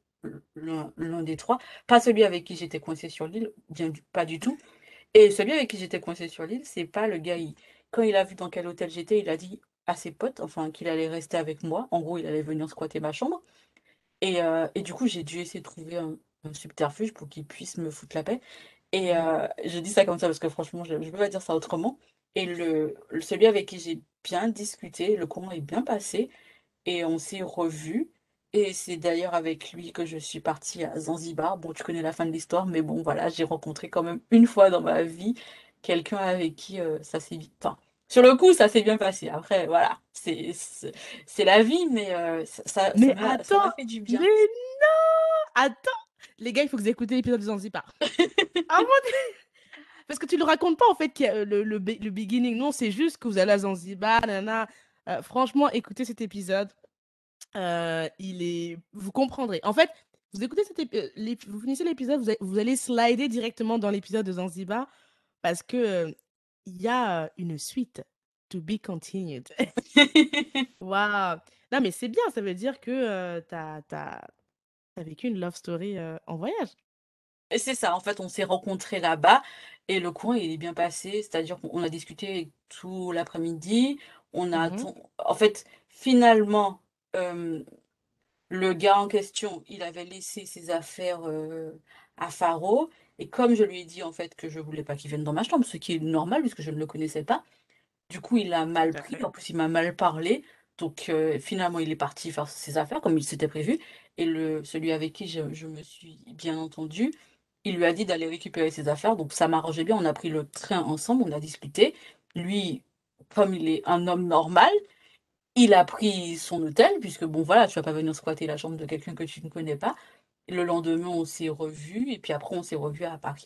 l'un des trois. Pas celui avec qui j'étais coincée sur l'île, pas du tout. Et celui avec qui j'étais coincée sur l'île, c'est pas le gars. Quand il a vu dans quel hôtel j'étais, il a dit à ses potes, enfin, qu'il allait rester avec moi. En gros, il allait venir squatter ma chambre. Et du coup, j'ai dû essayer de trouver un subterfuge pour qu'il puisse me foutre la paix. Et Mhm. je dis ça comme ça parce que franchement, je ne peux pas dire ça autrement. Et celui avec qui j'ai bien discuté, le courant est bien passé et on s'est revus. Et c'est d'ailleurs avec lui que je suis partie à Zanzibar. Bon, tu connais la fin de l'histoire, mais bon, voilà, j'ai rencontré quand même une fois dans ma vie quelqu'un avec qui ça s'est vite. Enfin, sur le coup, ça s'est bien passé. Après, voilà, c'est la vie, mais Mais ça m'a attends, fait du mais bien. non! Attends! Les gars, il faut que vous écoutez l'épisode de Zanzibar. Ah mon Dieu! Parce que tu ne racontes pas en fait qu'il y a le beginning. Non, c'est juste que vous allez à Zanzibar, nanana. Franchement, écoutez cet épisode. Vous comprendrez. En fait, vous écoutez vous finissez l'épisode, vous allez slider directement dans l'épisode de Zanzibar parce que il y a une suite to be continued. Waouh! Non, mais c'est bien, ça veut dire que t'as vécu une love story en voyage. Et c'est ça, en fait, on s'est rencontrés là-bas et le coin, il est bien passé. C'est-à-dire qu'on a discuté tout l'après-midi. Mhm. En fait, finalement, euh, le gars en question, il avait laissé ses affaires à Faro. Et comme je lui ai dit en fait que je voulais pas qu'il vienne dans ma chambre, ce qui est normal puisque je ne le connaissais pas, du coup il a Tout mal à pris, fait. en plus il m'a mal parlé. Donc finalement il est parti faire ses affaires comme il s'était prévu. Et celui avec qui je me suis bien entendu, il lui a dit d'aller récupérer ses affaires. Donc ça m'arrangeait bien, on a pris le train ensemble, on a discuté. Lui, comme il est un homme normal, il a pris son hôtel, puisque bon voilà, tu vas pas venir squatter la chambre de quelqu'un que tu ne connais pas. Le lendemain, on s'est revus, et puis après, on s'est revus à Paris.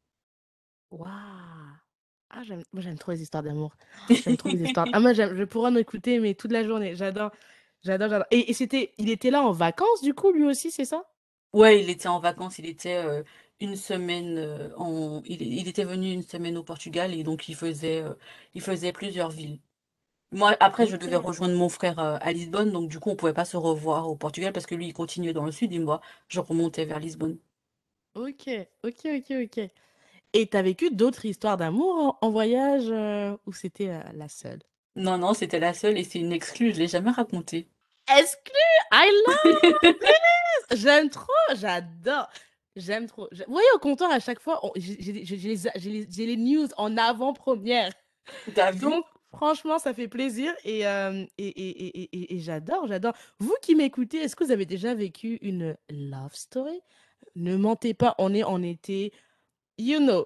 Waouh! Ah, moi, j'aime trop les histoires d'amour. J'aime trop les histoires. Ah, moi, je pourrais en écouter, mais toute la journée. J'adore. J'adore, j'adore. Et il était là en vacances, du coup, lui aussi, c'est ça? Ouais, il était en vacances, il était une semaine il était venu une semaine au Portugal, et donc il faisait plusieurs villes. Moi, après, je Ok. devais rejoindre mon frère à Lisbonne, donc du coup, on pouvait pas se revoir au Portugal parce que lui, il continuait dans le sud, et moi, je remontais vers Lisbonne. Ok, ok, ok, ok. Et t'as vécu d'autres histoires d'amour en voyage ou c'était la seule? Non, non, c'était la seule, et c'est une exclue, je l'ai jamais racontée. Exclu! I love this! J'aime trop, j'adore. J'aime trop. Vous voyez, au comptoir, à chaque fois, j'ai les news en avant-première. T'as vu? Donc, franchement, ça fait plaisir et j'adore, j'adore. Vous qui m'écoutez, est-ce que vous avez déjà vécu une love story? Ne mentez pas, on est en été. You know,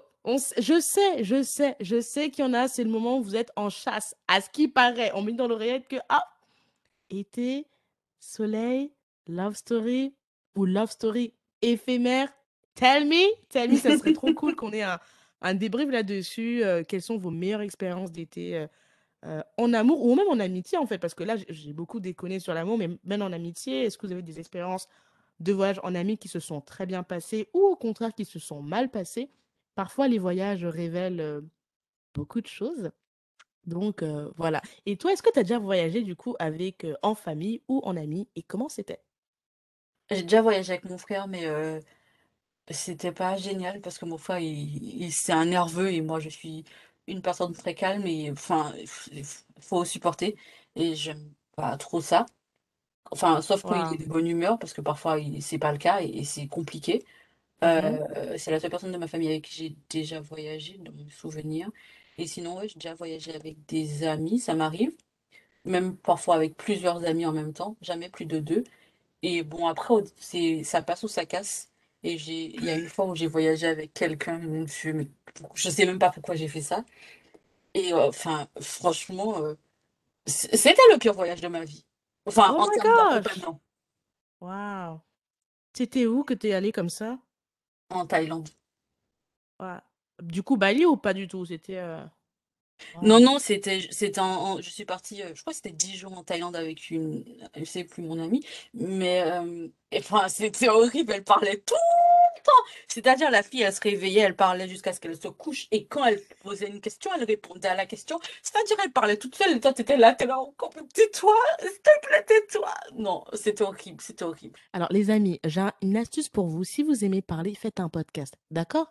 je sais qu'il y en a, c'est le moment où vous êtes en chasse. À ce qui paraît, on met dans l'oreillette que, ah, été, soleil, love story ou love story éphémère. Tell me, ça serait trop cool qu'on ait un débrief là-dessus. Quelles sont vos meilleures expériences d'été en amour ou même en amitié en fait? Parce que là, j'ai beaucoup déconné sur l'amour, mais même en amitié, est-ce que vous avez des expériences de voyage en amis qui se sont très bien passées ou au contraire qui se sont mal passées? Parfois, les voyages révèlent beaucoup de choses. Donc, voilà. Et toi, est-ce que tu as déjà voyagé du coup avec, en famille ou en amis et comment c'était? J'ai déjà voyagé avec mon frère, mais c'était pas génial parce que mon frère, c'est un nerveux et moi, je suis une personne très calme et enfin, faut supporter et j'aime pas trop ça. Enfin, sauf quand il est Waouh. de bonne humeur, parce que parfois, c'est pas le cas et c'est compliqué. Mhm, C'est la seule personne de ma famille avec qui j'ai déjà voyagé, dans mes souvenirs. Et sinon, ouais, j'ai déjà voyagé avec des amis, ça m'arrive. Même parfois avec plusieurs amis en même temps, jamais plus de deux. Et bon, après, ça passe ou ça casse. Et il y a une fois où j'ai voyagé avec quelqu'un, mon Dieu, mais je sais même pas pourquoi j'ai fait ça. Et enfin, franchement, c'était le pire voyage de ma vie. Enfin, oh en my termes gosh! d'accompagnement, Waouh! C'était où que tu es allé comme ça? en Thaïlande. Ouais. Du coup, Bali ou pas du tout? C'était. Non, Waouh. non, je suis partie, je crois que c'était 10 jours en Thaïlande avec je sais plus mon amie, mais enfin, c'était horrible, elle parlait tout le temps. C'est-à-dire, la fille, elle se réveillait, elle parlait jusqu'à ce qu'elle se couche, et quand elle posait une question, elle répondait à la question. C'est-à-dire, elle parlait toute seule, et toi, t'es là, encore, tais-toi, s'il te plaît, tais-toi. Non, c'était horrible, c'était horrible. Alors, les amis, j'ai une astuce pour vous. Si vous aimez parler, faites un podcast. D'accord?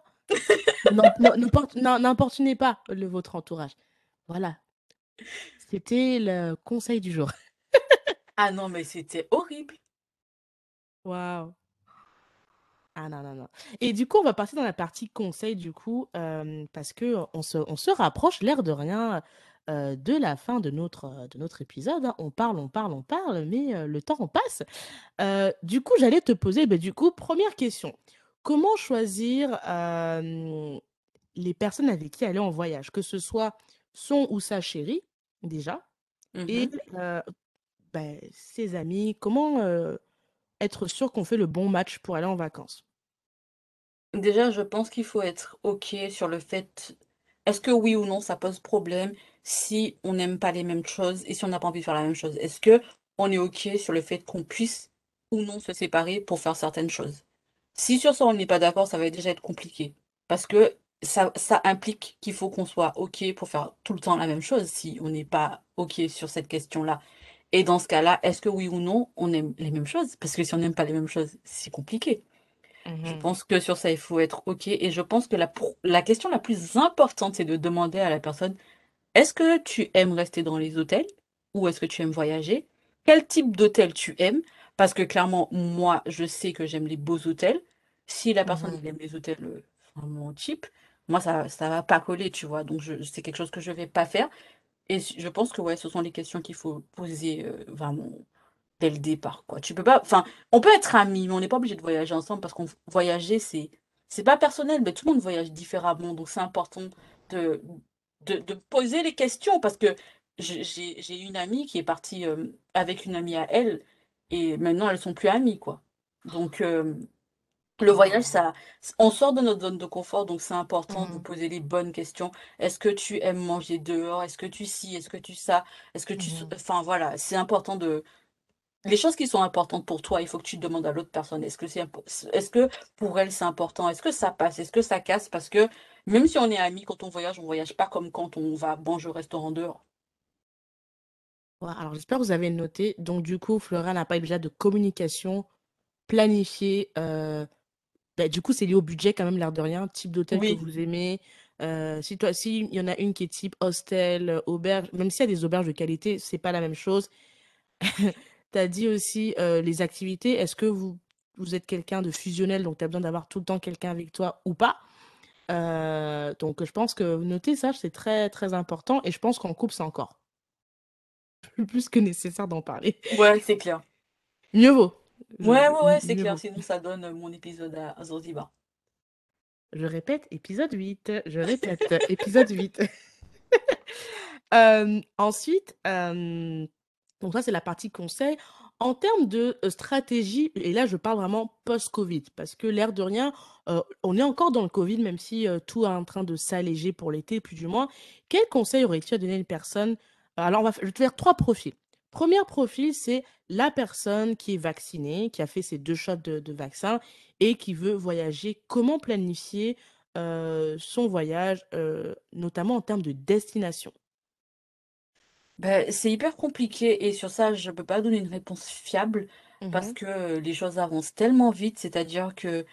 N'importunez pas votre entourage. Voilà. C'était le conseil du jour. Ah non, mais c'était horrible. Waouh. Ah non, non, non. Et du coup, on va passer dans la partie conseil, du coup, parce que on se rapproche, l'air de rien, de la fin de notre épisode, hein. On parle, on parle, on parle, mais le temps en passe. Du coup, j'allais te poser, ben, du coup, première question. Comment choisir les personnes avec qui aller en voyage, que ce soit son ou sa chérie, déjà, et Mhm. ben, ses amis, comment être sûr qu'on fait le bon match pour aller en vacances? Déjà, je pense qu'il faut être OK sur le fait, est-ce que oui ou non ça pose problème si on n'aime pas les mêmes choses et si on n'a pas envie de faire la même chose? Est-ce que on est OK sur le fait qu'on puisse ou non se séparer pour faire certaines choses? Si sur ça on n'est pas d'accord, ça va déjà être compliqué. Parce que ça implique qu'il faut qu'on soit OK pour faire tout le temps la même chose si on n'est pas OK sur cette question-là. Et dans ce cas-là, est-ce que oui ou non on aime les mêmes choses? Parce que si on n'aime pas les mêmes choses, c'est compliqué. Je Mhm, pense que sur ça, il faut être OK. Et je pense que la question la plus importante, c'est de demander à la personne, est-ce que tu aimes rester dans les hôtels ou est-ce que tu aimes voyager? Quel type d'hôtel tu aimes? Parce que clairement, moi, je sais que j'aime les beaux hôtels. Si la personne, mhm, elle aime les hôtels vraiment cheap, moi, ça va pas coller, tu vois. Donc, c'est quelque chose que je vais pas faire. Et je pense que, ouais, ce sont les questions qu'il faut poser vraiment dès le départ, quoi. Tu peux pas, enfin, on peut être amis, mais on n'est pas obligé de voyager ensemble parce qu'on voyager, c'est pas personnel, mais tout le monde voyage différemment, donc c'est important de, de poser les questions parce que j'ai une amie qui est partie avec une amie à elle et maintenant elles sont plus amies, quoi. Donc le voyage, mhm, ça, on sort de notre zone de confort, donc c'est important de mhm, poser les bonnes questions. Est-ce que tu aimes manger dehors? Est-ce que tu ci? Est-ce que tu ça? Est-ce que mhm. enfin voilà, c'est important de les choses qui sont importantes pour toi, il faut que tu demandes à l'autre personne. Est-ce que pour elle c'est important? Est-ce que ça passe? Est-ce que ça casse? Parce que même si on est amis, quand on voyage pas comme quand on va manger au restaurant dehors. Ouais, alors, j'espère que vous avez noté. Donc, du coup, Florian a parlé déjà de communication planifiée. Bah, du coup, c'est lié au budget quand même, l'air de rien, type d'hôtel que Oui, vous aimez. Si toi, si il y en a une qui est type hostel, auberge, même s'il y a des auberges de qualité, c'est pas la même chose. Tu as dit aussi les activités. Est-ce que vous êtes quelqu'un de fusionnel, donc tu as besoin d'avoir tout le temps quelqu'un avec toi ou pas? Donc, je pense que noter ça, c'est très, très important. Et je pense qu'en couple, c'est encore plus que nécessaire d'en parler. ouais, c'est clair. Mieux vaut. Ouais, ouais, ouais, c'est Mieux clair. vaut. Sinon, ça donne mon épisode à Zanzibar. Je répète, épisode 8. Je répète, épisode 8. Ensuite, donc ça, c'est la partie conseil. En termes de stratégie, et là, je parle vraiment post-Covid, parce que l'air de rien, on est encore dans le Covid, même si tout est en train de s'alléger pour l'été, plus du moins. Quel conseil aurais-tu à donner à une personne? Alors, je vais te faire trois profils. Premier profil, c'est la personne qui est vaccinée, qui a fait ses 2 shots de vaccin et qui veut voyager. Comment planifier son voyage, notamment en termes de destination? Ben, c'est hyper compliqué et sur ça, je peux pas donner une réponse fiable parce Mhm, que les choses avancent tellement vite, c'est-à-dire que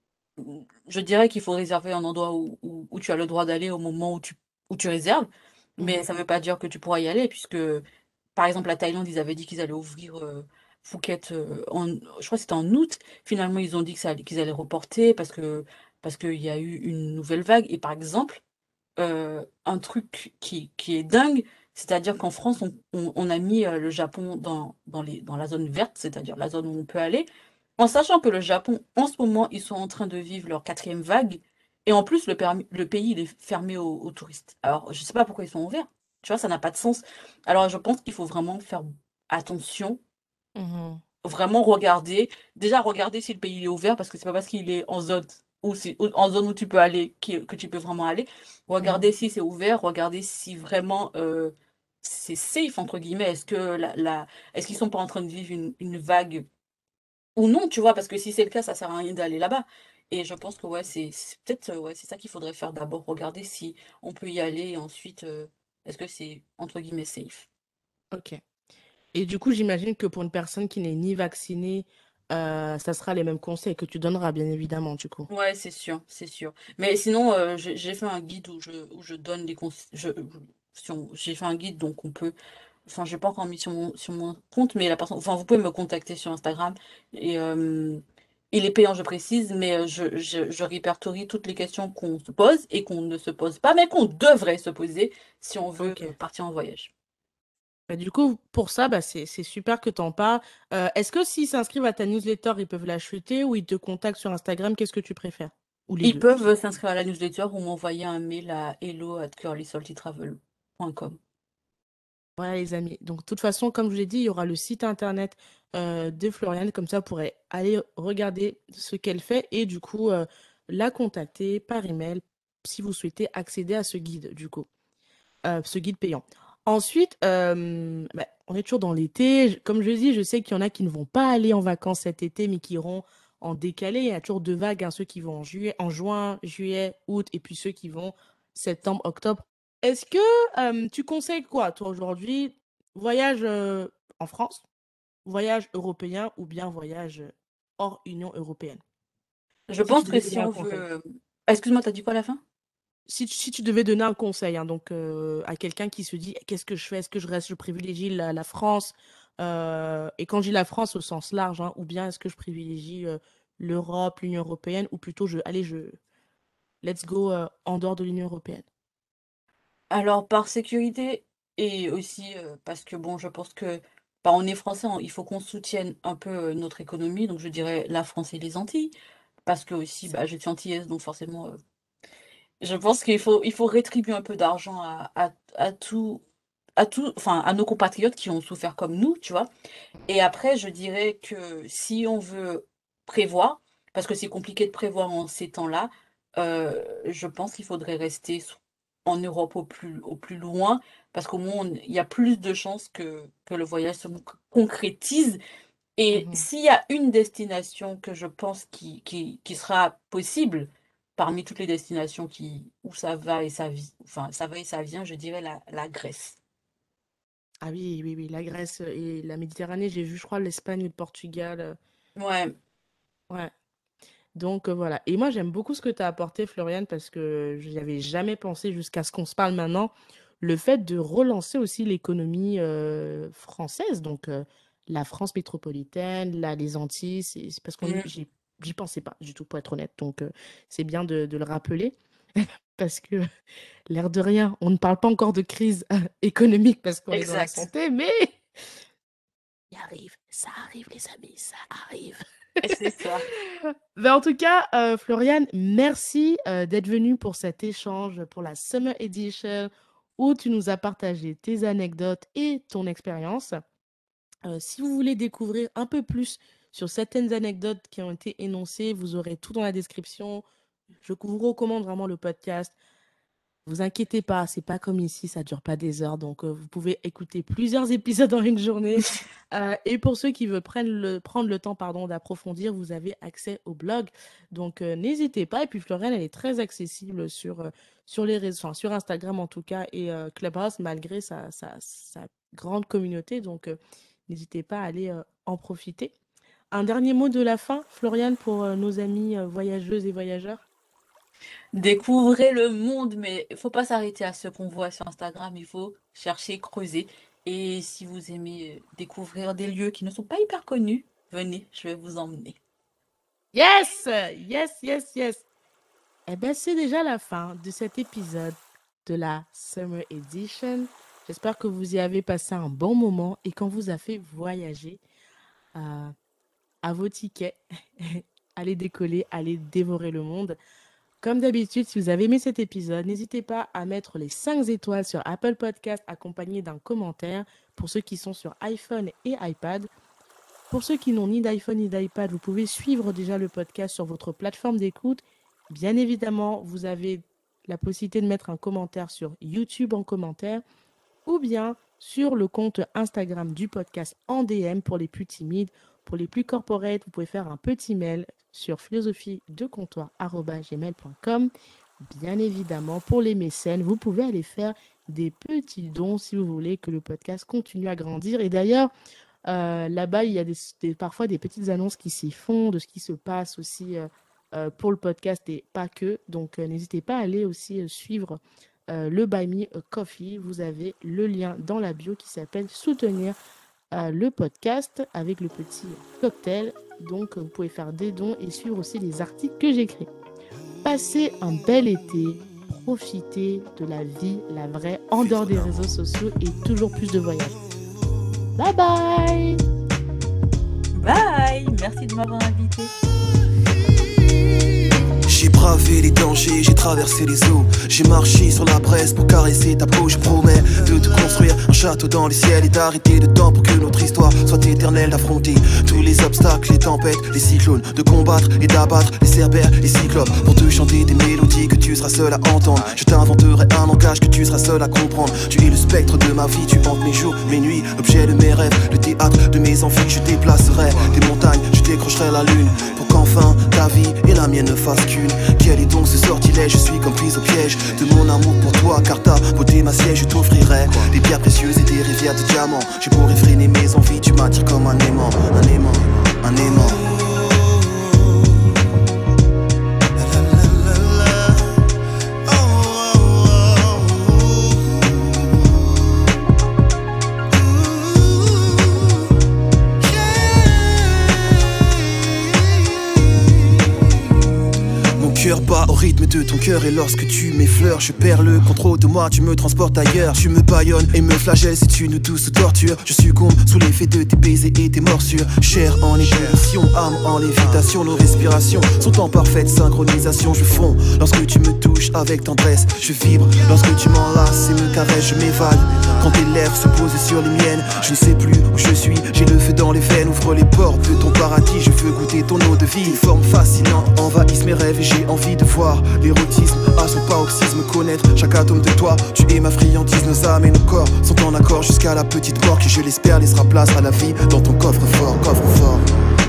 je dirais qu'il faut réserver un endroit où tu as le droit d'aller au moment où tu réserves, mais mhm, ça veut pas dire que tu pourras y aller puisque, par exemple, la Thaïlande, ils avaient dit qu'ils allaient ouvrir Phuket je crois que c'était en août. Finalement, ils ont dit qu'ils allaient reporter parce qu'il y a eu une nouvelle vague. Et par exemple, un truc qui est dingue, c'est-à-dire qu'en France, on a mis le Japon dans la zone verte, c'est-à-dire la zone où on peut aller, en sachant que le Japon, en ce moment, ils sont en train de vivre leur quatrième vague, et en plus, le pays, il est fermé aux touristes. Alors, je sais pas pourquoi ils sont ouverts, tu vois, ça n'a pas de sens. Alors, je pense qu'il faut vraiment faire attention, mhm, vraiment regarder, déjà regarder si le pays est ouvert, parce que c'est pas parce qu'il est en zone en zone où tu peux aller que tu peux vraiment aller. mhm. Regarder si c'est ouvert, regarder si vraiment c'est safe entre guillemets. Est-ce que est-ce qu'ils sont pas en train de vivre une vague ou non, tu vois, parce que si c'est le cas, ça sert à rien d'aller là-bas. Et je pense que ouais, c'est peut-être ouais, c'est ça qu'il faudrait faire d'abord, regarder si on peut y aller et ensuite est-ce que c'est entre guillemets safe. Ok. Et du coup, j'imagine que pour une personne qui n'est ni vaccinée, ça sera les mêmes conseils que tu donneras, bien évidemment, du coup. Ouais, c'est sûr, c'est sûr. Mais sinon, j'ai fait un guide où je donne des conseils. J'ai fait un guide, donc on peut. Enfin, je l'ai pas encore mis sur mon compte, mais la personne. Enfin, vous pouvez me contacter sur Instagram. Et il est payant, je précise, mais je répertorie toutes les questions qu'on se pose et qu'on ne se pose pas, mais qu'on devrait se poser si on veut Ok. partir en voyage. Bah, du coup, pour ça, bah, c'est super que tu en parles. Est-ce que s'ils s'inscrivent à ta newsletter, ils peuvent l'acheter ou ils te contactent sur Instagram? Qu'est-ce que tu préfères? Ou les Ils deux? peuvent s'inscrire à la newsletter ou m'envoyer un mail à hello@curlysaltytravel.com. Voilà, les amis. Donc, de toute façon, comme je l'ai dit, il y aura le site internet de Floriane. Comme ça, vous pourrez aller regarder ce qu'elle fait et du coup, la contacter par email si vous souhaitez accéder à ce guide, du coup. Ce guide payant. Ensuite, bah, on est toujours dans l'été. Comme je dis, je sais qu'il y en a qui ne vont pas aller en vacances cet été, mais qui iront en décalé. Il y a toujours deux vagues, hein, ceux qui vont en juin, juillet, août, et puis ceux qui vont septembre, octobre. Est-ce que tu conseilles quoi, toi, aujourd'hui? Voyage en France, voyage européen ou bien voyage hors Union européenne? Je Si tu pense que devais si donner un on conseil. veut... Excuse-moi, t'as dit quoi à la fin? Si tu devais donner un conseil hein, donc, à quelqu'un qui se dit qu'est-ce que je fais? Est-ce que je reste, je privilégie la France et quand je dis la France au sens large, hein, ou bien est-ce que je privilégie l'Europe, l'Union européenne, ou plutôt let's go en dehors de l'Union européenne. Alors, par sécurité et aussi parce que, bon, je pense que bah, on est français, il faut qu'on soutienne un peu notre économie. Donc, je dirais la France et les Antilles. Parce que aussi, bah, je suis antillaise, donc forcément, je pense il faut rétribuer un peu d'argent à tout, enfin, à nos compatriotes qui ont souffert comme nous, tu vois. Et après, je dirais que si on veut prévoir, parce que c'est compliqué de prévoir en ces temps-là, je pense qu'il faudrait rester en Europe au plus loin, parce qu'au moins, il y a plus de chances que le voyage se concrétise. Et Mhm, s'il y a une destination que je pense qui sera possible, parmi toutes les destinations où ça va et ça vit, enfin, ça va et ça vient, je dirais la Grèce. ah oui, oui, oui, la Grèce et la Méditerranée, j'ai vu, je crois, l'Espagne, le Portugal. Ouais. Ouais. Donc voilà. Et moi, j'aime beaucoup ce que tu as apporté, Floriane, parce que je n'y avais jamais pensé jusqu'à ce qu'on se parle maintenant. Le fait de relancer aussi l'économie française, donc la France métropolitaine, les Antilles, c'est parce qu'on Mm. j'y pensais pas du tout, pour être honnête. Donc c'est bien de le rappeler, parce que l'air de rien, on ne parle pas encore de crise économique parce qu'on est dans la Exact. santé, mais ça arrive, les amis, ça arrive. C'est ça. Ben, en tout cas, Floriane, merci d'être venue pour cet échange, pour la Summer Edition, où tu nous as partagé tes anecdotes et ton expérience. Si vous voulez découvrir un peu plus sur certaines anecdotes qui ont été énoncées, vous aurez tout dans la description. Je vous recommande vraiment le podcast. Vous inquiétez pas, c'est pas comme ici, ça dure pas des heures, donc vous pouvez écouter plusieurs épisodes en une journée. Et pour ceux qui veulent prendre le temps, pardon, d'approfondir, vous avez accès au blog. Donc n'hésitez pas. Et puis Floriane, elle est très accessible sur les réseaux, enfin, sur Instagram en tout cas, et Clubhouse, malgré sa grande communauté. Donc, n'hésitez pas à aller en profiter. Un dernier mot de la fin, Floriane, pour nos amis voyageuses et voyageurs. Découvrez le monde, mais il faut pas s'arrêter à ce qu'on voit sur Instagram, il faut chercher, creuser. Et si vous aimez découvrir des lieux qui ne sont pas hyper connus, venez, je vais vous emmener. Yes! Yes, yes, yes! Eh bien, c'est déjà la fin de cet épisode de la Summer Edition. J'espère que vous y avez passé un bon moment et qu'on vous a fait voyager à vos tickets. Allez décoller, allez dévorer le monde. Comme d'habitude, si vous avez aimé cet épisode, n'hésitez pas à mettre les 5 étoiles sur Apple Podcast accompagné d'un commentaire pour ceux qui sont sur iPhone et iPad. Pour ceux qui n'ont ni d'iPhone ni d'iPad, vous pouvez suivre déjà le podcast sur votre plateforme d'écoute. Bien évidemment, vous avez la possibilité de mettre un commentaire sur YouTube en commentaire ou bien sur le compte Instagram du podcast en DM pour les plus timides. Pour les plus corporate, vous pouvez faire un petit mail sur philosophiedecomptoir@gmail.com. Bien évidemment, pour les mécènes, vous pouvez aller faire des petits dons si vous voulez que le podcast continue à grandir. Et d'ailleurs, là-bas, il y a parfois des petites annonces qui s'y font, de ce qui se passe aussi pour le podcast et pas que. Donc, n'hésitez pas à aller aussi suivre le Buy Me a Coffee. Vous avez le lien dans la bio qui s'appelle Soutenir le podcast avec le petit cocktail. Donc, vous pouvez faire des dons et suivre aussi les articles que j'écris. Passez un bel été. Profitez de la vie, la vraie, en dehors des réseaux sociaux et toujours plus de voyages. Bye bye! Bye! Merci de m'avoir invité. J'ai bravé les dangers, j'ai traversé les eaux. J'ai marché sur la braise pour caresser ta peau. Je promets de te construire un château dans les ciels et d'arrêter le temps pour que notre histoire soit éternelle. D'affronter tous les obstacles, les tempêtes, les cyclones, de combattre et d'abattre les cerbères, les cyclopes. Pour te chanter des mélodies que tu seras seul à entendre. Je t'inventerai un langage que tu seras seul à comprendre. Tu es le spectre de ma vie, tu hantes mes jours, mes nuits, l'objet de mes rêves, le théâtre de mes envies. Je déplacerai des montagnes, je décrocherai la lune pour qu'enfin ta vie et la mienne ne fassent qu'une. Quel est donc ce sortilège? Je suis comme prise au piège de mon amour pour toi, car ta beauté ma siège. Je t'offrirai des pierres précieuses et des rivières de diamants. Je pourrais freiner mes envies, tu m'attires comme un aimant, un aimant, un aimant. Bat au rythme de ton cœur et lorsque tu m'effleures, je perds le contrôle de moi, tu me transportes ailleurs. Tu me bâillonnes et me flagelles, c'est une douce torture. Je succombe sous l'effet de tes baisers et tes morsures. Chair en ébullition, âme en lévitation. Nos respirations sont en parfaite synchronisation. Je fonds lorsque tu me touches avec tendresse. Je vibre lorsque tu m'enlaces et me caresses. Je m'évade quand tes lèvres se posent sur les miennes. Je ne sais plus où je suis, j'ai le feu dans les veines. Ouvre les portes de ton paradis, je veux goûter ton eau de vie. Tes formes fascinantes envahissent mes rêves et j'ai envie de voir l'érotisme à son paroxysme, connaître chaque atome de toi. Tu es ma friandise, nos âmes et nos corps sont en accord jusqu'à la petite mort qui, je l'espère, laissera place à la vie dans ton coffre-fort, coffre-fort.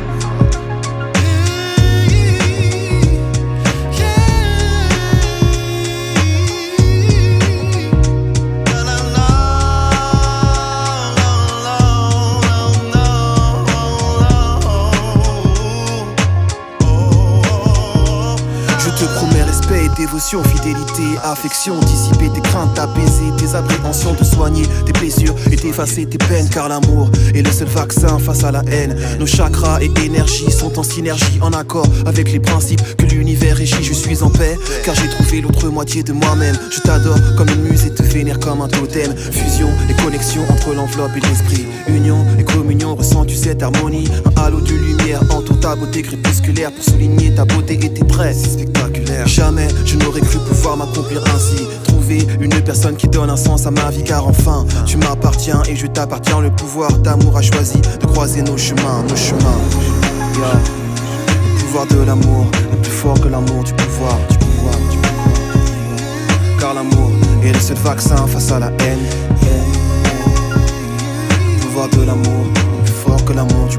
Dévotion, fidélité, affection, dissiper tes craintes, apaiser tes appréhensions, te soigner tes blessures et t'effacer tes peines. Car l'amour est le seul vaccin face à la haine. Nos chakras et énergies sont en synergie, en accord avec les principes que l'univers régit. Je suis en paix car j'ai trouvé l'autre moitié de moi-même. Je t'adore comme une muse et te vénère comme un totem. Fusion et connexion entre l'enveloppe et l'esprit. Union et communion, ressens-tu cette harmonie? Un halo de lumière entoure ta beauté crépusculaire pour souligner ta beauté et tes traits. C'est spectaculaire. Jamais je n'aurais cru pouvoir m'accomplir ainsi. Trouver une personne qui donne un sens à ma vie, car enfin tu m'appartiens et je t'appartiens. Le pouvoir d'amour a choisi de croiser nos chemins, nos chemins. Yeah. Le pouvoir de l'amour est plus fort que l'amour du pouvoir, du pouvoir, du pouvoir. Car l'amour est le seul vaccin face à la haine. Le pouvoir de l'amour est plus fort que l'amour du